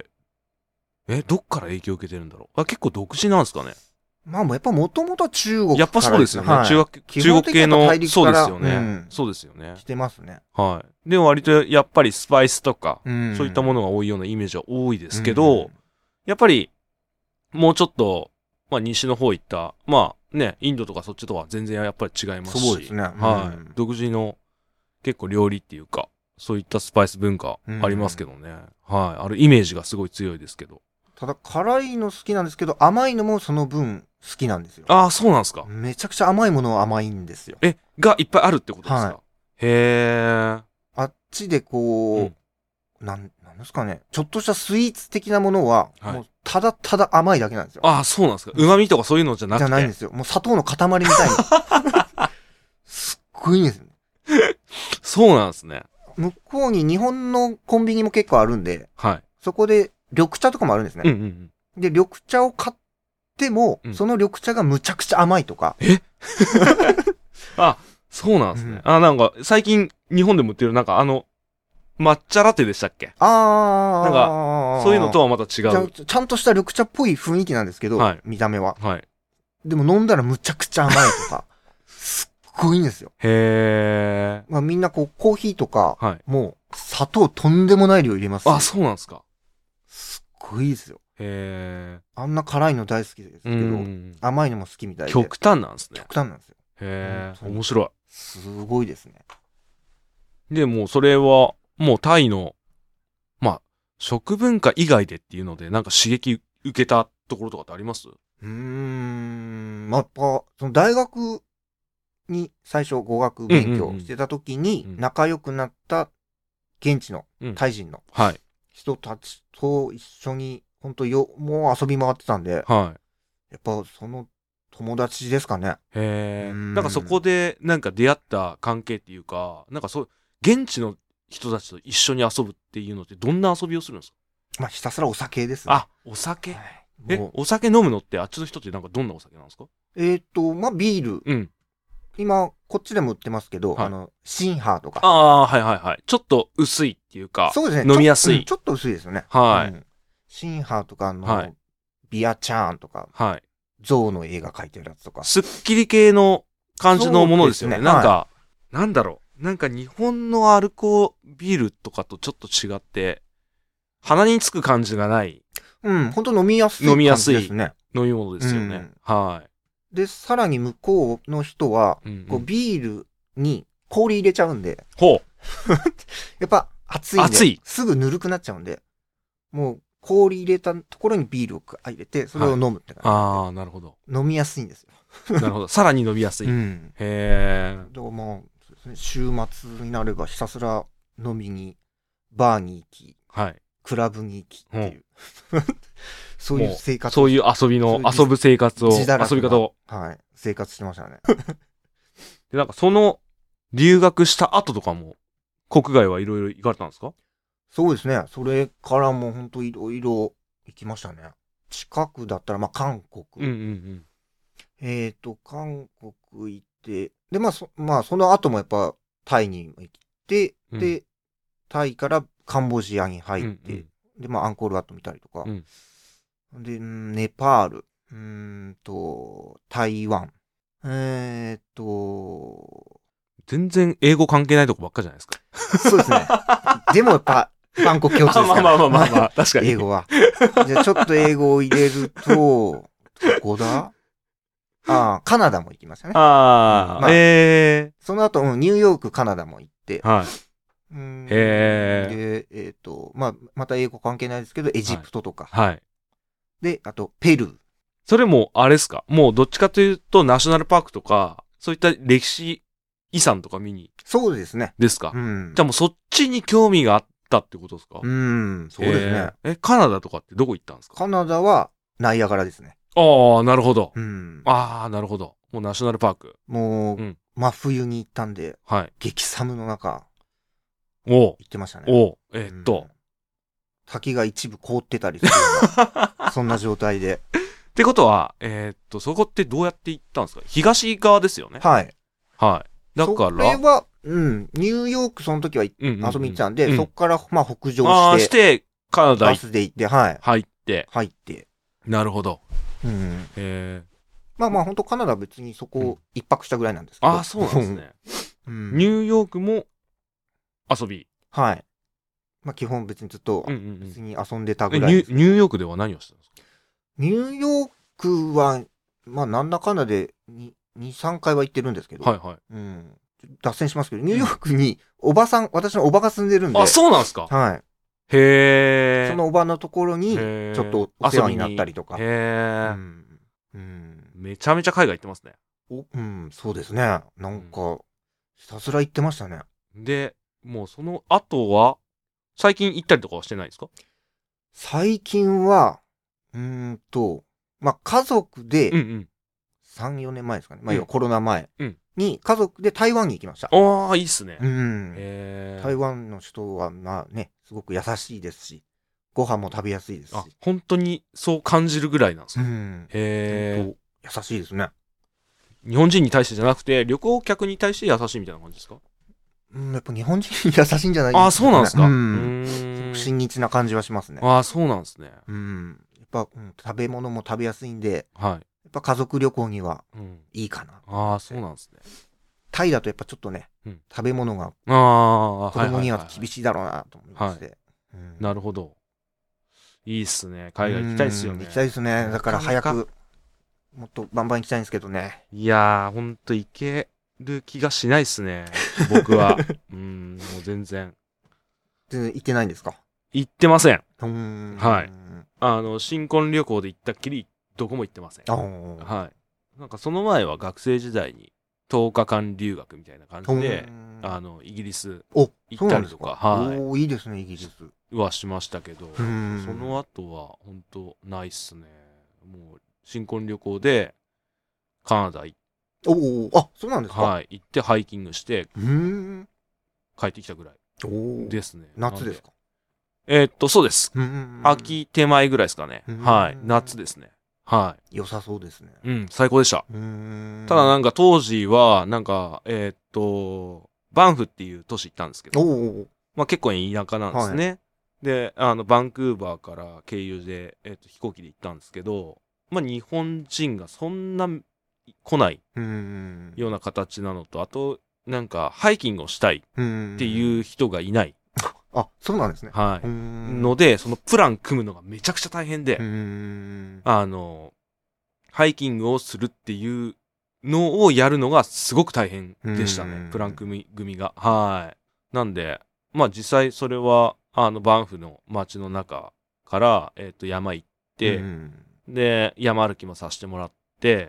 どっから影響を受けてるんだろう。結構独自なんですかね。 まあ、やっぱもともと中国から。 やっぱそうですよね。 はい中国系の、そうですよね、 うんそうですよね。 来てますね。 はい。でも割とやっぱりスパイスとか、 うんそういったものが多いようなイメージは多いですけど、やっぱり、もうちょっと、まあ西の方行った、まあね、インドとかそっちとは全然やっぱり違いますし。 そうですね。 はい。独自の結構料理っていうか、そういったスパイス文化ありますけどね。はい。あるイメージがすごい強いですけど。 ただ、辛いの好きなんですけど、甘いのもその分好きなんですよ。 ああ、そうなんですか。 めちゃくちゃ甘いものは甘いんですよ。 がいっぱいあるってことですか、 はいへえ。 あっちでこう、なんですかね。ちょっとしたスイーツ的なものは、 はいもうただただ甘いだけなんですよ。 ああ、そうなんですか。旨味とかそういうのじゃなくて。 じゃないんですよ。もう砂糖の塊みたいに。すっごいんですよ。 そうなんですね。 向こうに日本のコンビニも結構あるんで、 はい。 そこで緑茶とかもあるんですね。 うんうんうん。 で、緑茶を買っても、 うんその緑茶がむちゃくちゃ甘いとか。 あ、そうなんですね。 うんなんか、最近、日本でも売ってる、抹茶ラテでしたっけ？なんかそういうのとはまた違う。 ちゃんとした緑茶っぽい雰囲気なんですけど、 はい見た目は。 はい。 でも飲んだらむちゃくちゃ甘いとか、すっごいんですよ。 へまあ、みんなこう、コーヒーとか、 ー。はい。 もう、砂糖とんでもない量入れますし。 あ、そうなんですか。 すっごいですよ。 へあんな辛いの大好きですけー。うど、 ん。 甘いのも好きみたいで。 極端なんですね。 極端なんですよ。 へー。 本当に面白すごいですね。 い。で、もうそれは、もうタイの、まあ、食文化以外でっていうので、なんか刺激受けたところとかってあります？ まあ、やっぱ、その大学に最初語学勉強してた時にうんうんうん仲良くなった現地のうんタイ人のはい。 人たちと一緒に本当もう遊び回ってたんで、 はい。 やっぱその友達ですかね。 へえ。 うんなんかそこで、なんか出会った関係っていうか、なんかそう、現地の人たちと一緒に遊ぶっていうのってどんな遊びをするんですか？ まあひたすらお酒ですね。 あ、お酒。 はい、もうお酒飲むのってあっちの人ってなんかどんなお酒なんですか？ まあビール。 うん。 今、こっちでも売ってますけど、 はいシンハーとか。 ああ、はいはいはい。ちょっと薄いっていうか、 そうですね。 飲みやすい。 ちょっと薄いですよね。 はいうんシンハーとかはいビアチャーンとか、 はい。 ゾウの映画描いてるやつとか。 すっきり系の感じのものですよね。 そうですねなんか、なんだろう。なんか日本のアルコビールとかとちょっと違って、鼻につく感じがない本当飲みやすい感じですね。 飲み物ですよね。はで、さらに向こうの人は、 い。うんこうビールに氷入れちゃうんで、 ほやっぱ熱いんで、 熱いすぐぬるくなっちゃうんで、もう氷入れたところにビールを入れて、それを飲むってう。 感ああ、なるほど。 じで、飲みやすいんですよ。 なるほど。さらに飲みやすい。へえ。 だからまあ、そうですね、週末になればひたすら飲みに、バーに行き、 はい。 クラブに行きっていう、そういう生活。 そういう遊びの、遊ぶ生活を、遊自堕落なび方を。 はい、生活してましたね。 で、なんかその、留学した後とかも、国外はいろいろ行かれたんですか？ そうですね。それからも本当いろいろ行きましたね。近くだったら、まあ、韓国。 うんうん韓国行って、で、まあ、その後もやっぱ、タイに行って、 うんで、タイからカンボジアに入って、 うんうんで、まあ、アンコールワット見たりとか、 うんで、ネパール、台湾、 全然英語関係ないとこばっかじゃないですか。 そうですね。でもやっぱ、バンコク共通ですから。 まあ、確かに。 英語は。じゃあちょっと英語を入れると、どこだカナダも行きましたね。 ああ、 その後、ニューヨーク、カナダも行って、 はい。 で、また英語関係ないですけど、エジプトとか。 はい。 で、あと、ペルー。 それも、あれですか？もうどっちかというと、ナショナルパークとか、そういった歴史遺産とか見に。 そうですね。 ですか？ うん。 じゃあもうそっちに興味があったってことですか？ そうですね。 カナダとかってどこ行ったんですか？ カナダは、ナイアガラですね。 ああ、なるほど。 ああ、なるほど。もうナショナルパーク。 もう、真冬に行ったんで、 はい。 激寒の中、行ってましたね。滝が一部凍ってたりするような、そんな状態で。 ってことは、そこってどうやって行ったんですか？東側ですよね。 はい。 はい。だから。 それは、ニューヨークその時は遊びに行ってたんで、そこから、北上して、 カナダバスで行って、はい。 入って。なるほど。 本当カナダは別にそこ一泊したぐらいなんですけど。 そうなんですね。ニューヨークも遊び。 はい。基本別にずっと、別に遊んでたぐらい。 ニューヨークでは何をしたんですか？ ニューヨークは、なんだかんだで2、3回は行ってるんですけど。 はいはい。 脱線しますけど、ニューヨークに私のおばが住んでるんで。 あ、そうなんですか？ はい。 へー。 そのおばのところに、ちょっとお世話になったりとか。 めちゃめちゃ海外行ってますね。 そうですね。なんか、ひたすら行ってましたね。 で、もうその後は、最近行ったりとかはしてないですか？ 最近は、家族で、3、4年前ですかね。要はコロナ前に家族で台湾に行きました。 ああ、いいっすね。 台湾の人は、すごく優しいですし、ご飯も食べやすいですし。 本当にそう感じるぐらいなんですか？ 優しいですね。 日本人に対してじゃなくて、旅行客に対して優しいみたいな感じですか？ やっぱ日本人に優しいんじゃないですか、ね。 そうなんですか。 親日な感じはしますね。 そうなんですね。 やっぱ、食べ物も食べやすいんで、 はい。 やっぱ家族旅行にはいいかな。 そうなんですね。 タイだとやっぱちょっとね、食べ物が子供には厳しいだろうなと思いまして。 なるほど。いいっすね。海外行きたいっすよね。 行きたいですね。だから早く、もっとバンバン行きたいんですけどね。 いやー、ほんと行ける気がしないっすね。僕は。もう全然。 全然行ってないんですか？ 行ってません。 はい。 新婚旅行で行ったっきり、どこも行ってません。はい。なんかその前は学生時代に10日間留学みたいな感じで、イギリス行ったりとか、 はい。いいですね、イギリス。 はしましたけど、その後は本当ないっすね。もう、新婚旅行で、カナダ行って、 そうなんですか？ はい。行ってハイキングして、帰ってきたぐらいですね。 夏ですか？ そうです。秋手前ぐらいですかね。はい。夏ですね。はい。 良さそうですね。 最高でした。ただなんか当時は、なんか、バンフっていう都市行ったんですけど、結構田舎なんですね。で、バンクーバーから経由で、飛行機で行ったんですけど、日本人がそんな来ないような形なのと、あと、なんか、ハイキングをしたいっていう人がいない。 そうなんですね。 はい。ので、そのプラン組むのがめちゃくちゃ大変で、ハイキングをするっていうのをやるのがすごく大変でしたね。プラン組が。はい。なんで、実際それは、バンフの街の中から、山行って、で、山歩きもさせてもらって、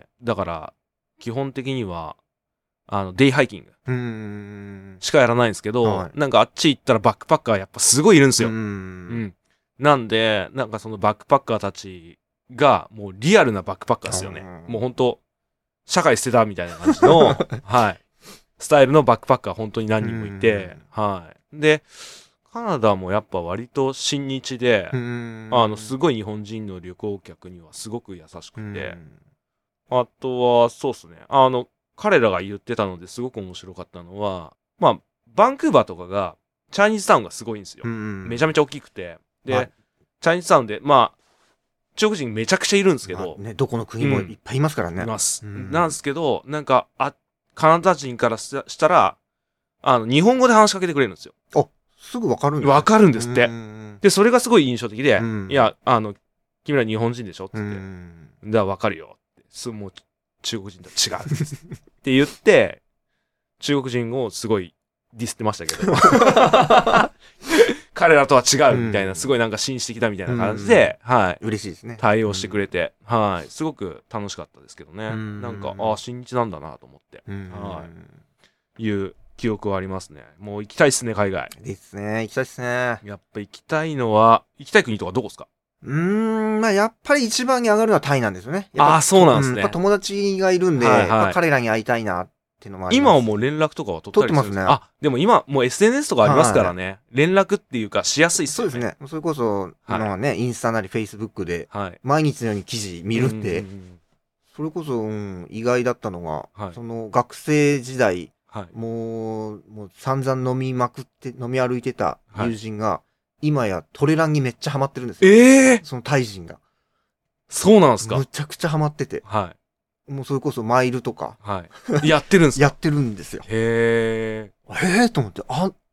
だから、基本的には、デイハイキングしかやらないんですけど、なんかあっち行ったらバックパッカーやっぱすごいいるんですよ。なんで、なんかそのバックパッカーたちが、もうリアルなバックパッカーですよね。もうほんと、社会捨てたみたいな感じの、はい。スタイルのバックパッカー本当に何人もいて、はい。で、カナダもやっぱ割と親日で、すごい日本人の旅行客にはすごく優しくて、あとは、そうっすね。彼らが言ってたのですごく面白かったのは、バンクーバーとかが、チャイニーズタウンがすごいんですよ。めちゃめちゃ大きくて。で、チャイニーズタウンで、中国人めちゃくちゃいるんですけど。 どこの国もいっぱいいますからね。 います。なんですけど、なんか、カナダ人からしたら、日本語で話しかけてくれるんですよ。 すぐわかるんですわかるんですって。で、それがすごい印象的で、いや、君ら日本人でしょって言って。だからわかるよって。もう、 中国人とは違うって言って、中国人をすごいディスってましたけど、彼らとは違うみたいな、すごいなんか紳士的だみたいな感じで、はい。 嬉しいですね。 対応してくれて、はい。すごく楽しかったですけどね。なんか、新日なんだなと思って、はい。いう記憶はありますね。もう行きたいっすね、海外。 ですね。行きたいっすね。 やっぱ行きたいのは、行きたい国とかどこですか？ まあ、やっぱり一番に上がるのはタイなんですよね。 ああ、そうなんですね。 やっぱ友達がいるんで、彼らに会いたいなっていうのもあります。 今はもう連絡とかは取ったりするんですか？ 取ってますね。 でも今、もう SNS とかありますからね。連絡っていうかしやすいっすよね。 そうですね。それこそ、ね、インスタなりフェイスブックで、毎日のように記事見るって、それこそ、意外だったのが、その学生時代、もう散々飲み歩いてた友人が、今やトレランにめっちゃハマってるんですよ。そのタイ人が。 そうなんですか？ むちゃくちゃハマってて。もうそれこそマイルとか。 やってるんですか？ やってるんですよ。 へえと思って、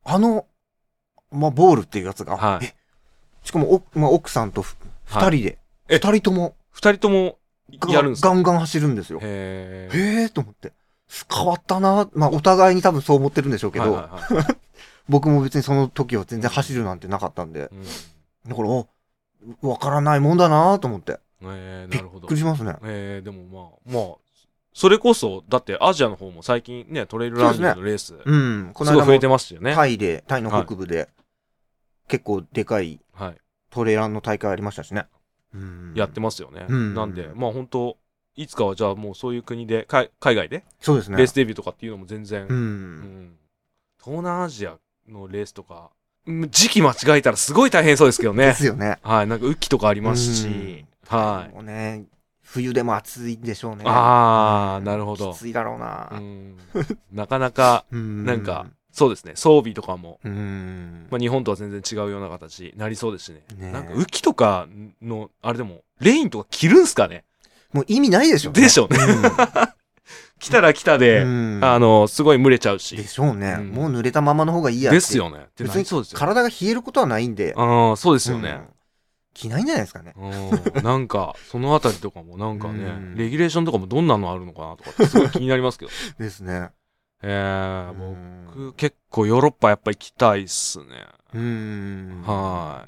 ボールっていうやつが、しかも、奥さんと二人で、二人ともやるんですか？ガンガン走るんですよ。と思って。変わったな。お互いに多分そう思ってるんでしょうけど、僕も別にその時は全然走るなんてなかったんで、だから、わからないもんだなと思って。びっくりしますね。 でもまあ、それこそ、だってアジアの方も最近ね、トレイルランニングのレース、この間も増えてますよね。タイの北部で、結構でかいトレランの大会ありましたしね。 やってますよね。なんで、まあ本当いつかはじゃあもうそういう国で、海外で、 そうですね。 レースデビューとかっていうのも全然、東南アジアのレースとか、時期間違えたらすごい大変そうですけどね。 ですよね。 はい。なんか雨季とかありますし。はい。 もうね、冬でも暑いんでしょうね。 なるほど。 きついだろうな。 なかなか、なんか、そうですね。装備とかも、まあ日本とは全然違うような形になりそうですしね。なんか雨季とかの、あれでも、レインとか着るんすかね？ もう意味ないでしょうね。でしょうね。来たら来たで、すごい蒸れちゃうし。 でしょうね。もう濡れたままの方がいいやつ。 ですよね。 別に体が冷えることはないんで。 そうですよね。 着ないんじゃないですかね。 なんか、そのあたりとかもなんかね、レギュレーションとかもどんなのあるのかなとかってすごい気になりますけど。 ですね。 僕、結構ヨーロッパやっぱ行きたいっすね。はい。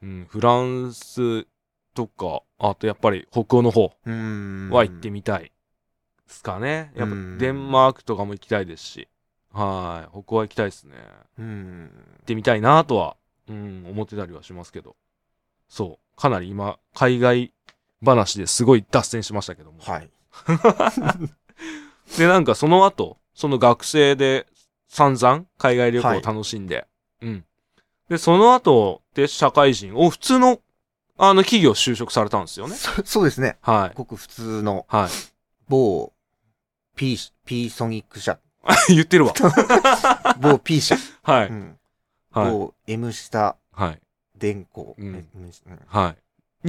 フランスとか、あとやっぱり北欧の方は行ってみたいですかね。やっぱデンマークとかも行きたいですし、はい。北欧は行きたいですね。行ってみたいなとは、思ってたりはしますけど。そう。かなり今、海外話ですごい脱線しましたけども。 はい。 で、なんかその後、その学生で散々海外旅行を楽しんで、で、その後で社会人を普通の、企業就職されたんですよね。 そうですね。 はい。 ごく普通の、某 P ソニック社。 言ってるわ。 某 P 社。 はい。 某 M 下。 はい。 電工。 はい。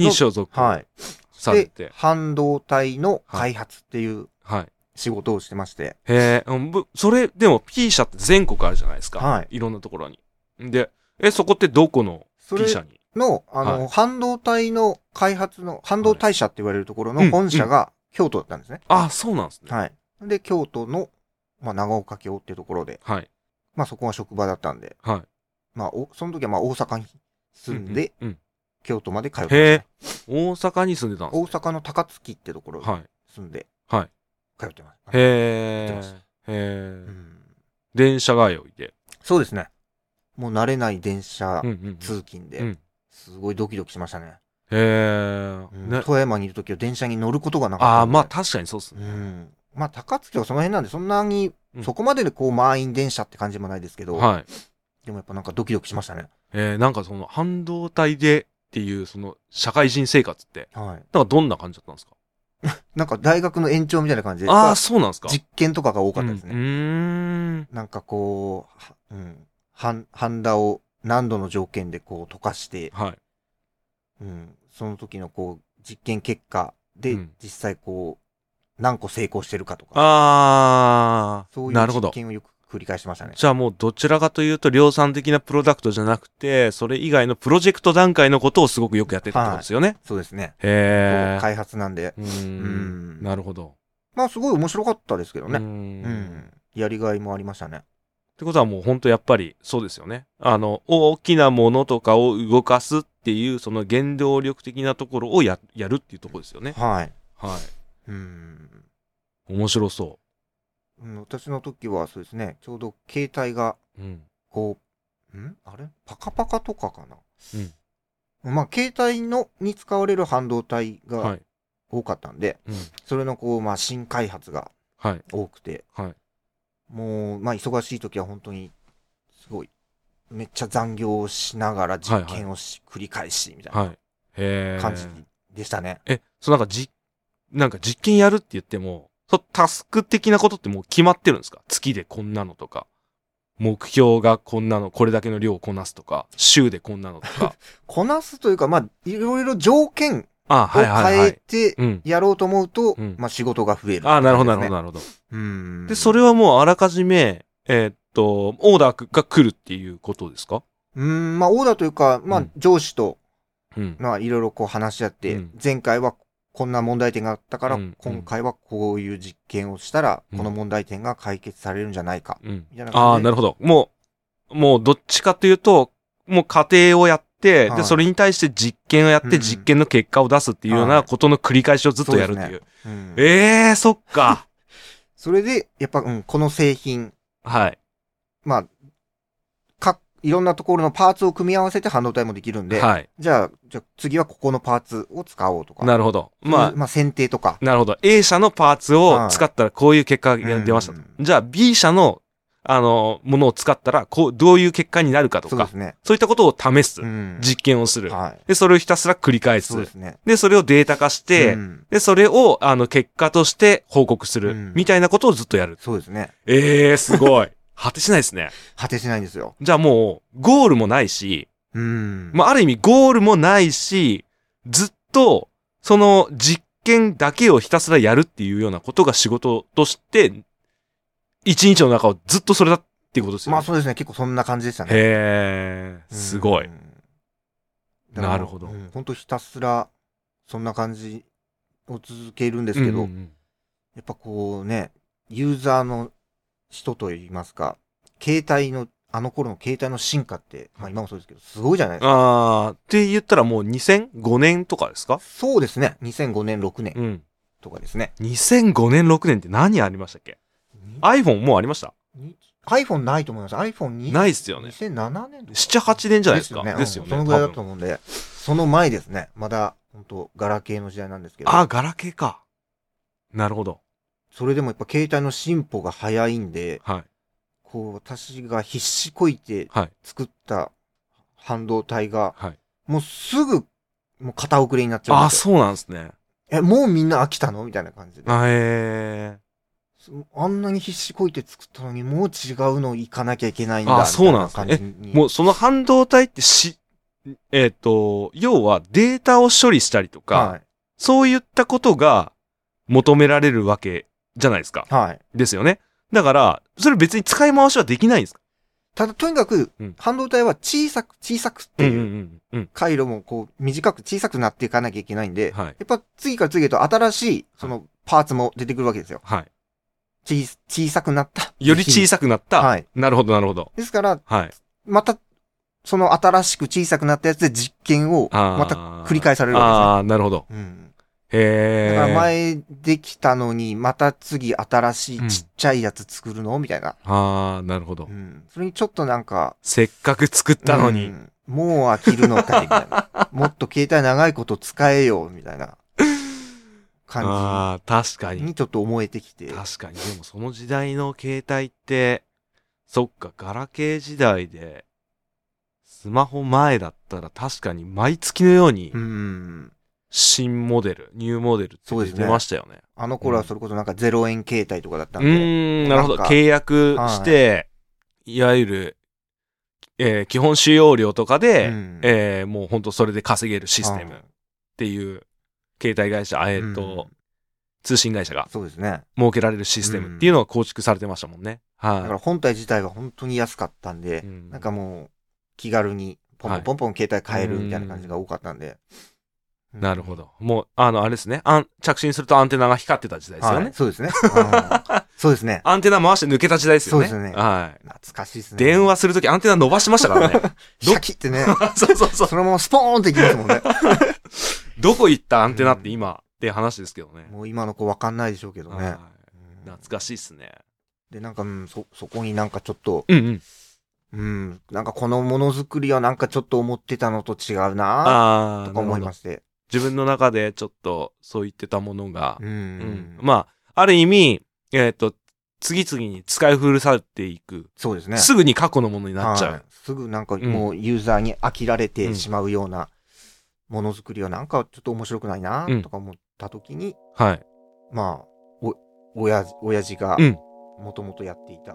に所属。 はい。 されて。 半導体の開発っていう。はい。仕事をしてまして。 へえ、それ、でも P 社って全国あるじゃないですか。 はい。 いろんなところに。で、そこってどこの P 社に？ 半導体の開発の、半導体社って言われるところの本社が京都だったんですね。 そうなんですね。 はい。で、京都の、長岡京っていうところで。 はい。 そこが職場だったんで。 はい。 その時は大阪に住んで、京都まで通ってました。大阪に住んでたんですか？大阪の高槻ってところに住んで、通ってます。 電車通いで。 そうですね。もう慣れない電車通勤で、すごいドキドキしましたね。富山にいる時は電車に乗ることがなかった。 確かにそうっすね。 高槻はその辺なんで、そんなに、そこまでで満員電車って感じもないですけど、でもやっぱなんかドキドキしましたね。 なんかその半導体でっていうその社会人生活って、なんかどんな感じだったんですか？ なんか大学の延長みたいな感じで。 そうなんですか？ 実験とかが多かったですね。なんかハンダを何度の条件で溶かして、その時の実験結果で実際何個成功してるかとか。そういう実験をよく繰り返しましたね。 じゃあもうどちらかというと量産的なプロダクトじゃなくて、それ以外のプロジェクト段階のことをすごくよくやってたってことですよね。 そうですね。 開発なんで。 なるほど。 まあすごい面白かったですけどね。やりがいもありましたね。 ってことはもう本当やっぱりそうですよね。大きなものとかを動かすっていう、その原動力的なところをやるっていうところですよね。 はい。 はい。面白そう。 私の時はそうですね、ちょうど携帯が、こう、あれパカパカとかかな。まあ、携帯に使われる半導体が多かったんで、それのまあ、新開発が多くて、もう、まあ、忙しい時は本当に、すごい、めっちゃ残業をしながら実験を繰り返し、みたいな感じでしたね。 なんか実験やるって言っても、タスク的なことってもう決まってるんですか？月でこんなのとか。目標がこんなの、これだけの量をこなすとか、週でこんなのとか。 こなすというか、まあ、いろいろ条件を変えてやろうと思うと、まあ仕事が増える、ね。 なるほど、なるほど、なるほど。で、それはもうあらかじめ、オーダーが来るっていうことですか？ まあオーダーというか、まあ上司と、まあいろいろ話し合って、前回はこんな問題点があったから、今回はこういう実験をしたら、この問題点が解決されるんじゃないか。みたいな感じで。 なるほど。もうどっちかというと、もう過程をやって、で、それに対して実験をやって、実験の結果を出すっていうようなことの繰り返しをずっとやるっていう。そっか。 それで、やっぱ、この製品。 はい。 まあ、いろんなところのパーツを組み合わせて半導体もできるんで、じゃあ次はここのパーツを使おうとか。 なるほど。 まあ選定とか。 なるほど。A 社のパーツを使ったらこういう結果が出ましたと。じゃあ B 社の、ものを使ったら、どういう結果になるかとか。そうですね。そういったことを試す。実験をする。で、それをひたすら繰り返す。そうですね。で、それをデータ化して、で、それを、結果として報告する。みたいなことをずっとやる。 そうですね。 すごい。果てしないですね。 果てしないんですよ。 じゃあもう、ゴールもないし、まあ、ある意味ゴールもないし、ずっと、その実験だけをひたすらやるっていうようなことが仕事として、一日の中をずっとそれだっていうことですよね。 まあそうですね。結構そんな感じでしたね。 すごい。なるほど。 本当ひたすら、そんな感じを続けるんですけど、やっぱユーザーの人といいますか、携帯の、あの頃の携帯の進化って、まあ今もそうですけど、すごいじゃないですか。 って言ったらもう2005年とかですか？ そうですね。2005年、6年とかですね。 2005年、6年って何ありましたっけ？ iPhone もうありました？ iPhone ないと思います。iPhone ないっすよね。 2007年とか。 7、8年じゃないですか。 ですよね。そのぐらいだと思うんで、その前ですね。まだ、本当ガラケーの時代なんですけど。 ガラケーか。なるほど。 それでもやっぱ携帯の進歩が早いんで、私が必死こいて作った半導体が、もうすぐ、もう型遅れになっちゃうんですよ。 そうなんですね。 もうみんな飽きたのみたいな感じで。あんなに必死こいて作ったのに、もう違うの行かなきゃいけないんだ。 そうなんですね。もうその半導体って要はデータを処理したりとか、そういったことが求められるわけじゃないですか。ですよね。だから、それ別に使い回しはできないんですか？ ただ、とにかく、半導体は小さくっていう、回路も短く小さくなっていかなきゃいけないんで、やっぱ次から次へと新しい、そのパーツも出てくるわけですよ。小さくなった。 より小さくなった。なるほど、なるほど。 ですから、また、その新しく小さくなったやつで実験を、また繰り返されるわけですね。 なるほど。 だから前できたのに、また次新しいちっちゃいやつ作るのみたいな。 なるほど。 それにちょっとなんか、 せっかく作ったのに。 もう飽きるのかいみたいな。もっと携帯長いこと使えよ、みたいな感じ。 確かに。 にちょっと思えてきて。 確かに。でもその時代の携帯って、そっか、ガラケー時代で、スマホ前だったら確かに毎月のように、新モデル、ニューモデルって出ましたよね。 あの頃はそれこそなんか0円携帯とかだったんで。 なるほど。契約して、いわゆる、基本使用料とかで、もう本当それで稼げるシステムっていう、携帯会社、通信会社が、 そうですね。 設けられるシステムっていうのが構築されてましたもんね。 だから本体自体が本当に安かったんで、なんかもう気軽にポンポンポンポン携帯買えるみたいな感じが多かったんで。 なるほど。もう、あれですね。着信するとアンテナが光ってた時代ですよね。 はい、そうですね。そうですね。 アンテナ回して抜けた時代ですよね。 そうですね。 はい。 懐かしいですね。 電話するときアンテナ伸ばしましたからね。 シャキってね。 そうそうそう。 そのままスポーンっていきますもんね。 どこ行ったアンテナって今って話ですけどね。 もう今の子わかんないでしょうけどね。 懐かしいっすね。 で、なんか、そこになんかちょっと、なんかこのものづくりはなんかちょっと思ってたのと違うなとか思いまして。 自分の中でちょっとそう言ってたものが、まあ、ある意味、次々に使い古されていく。 そうですね。 すぐに過去のものになっちゃう。はい、 すぐなんかもうユーザーに飽きられてしまうようなものづくりはなんかちょっと面白くないなとか思った時に、 はい。 まあ、親父がもともとやっていた、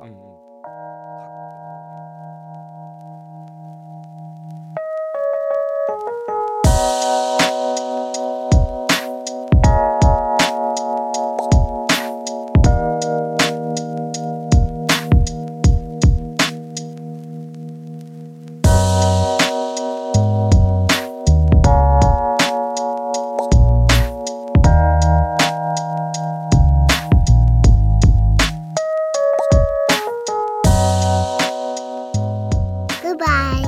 Goodbye.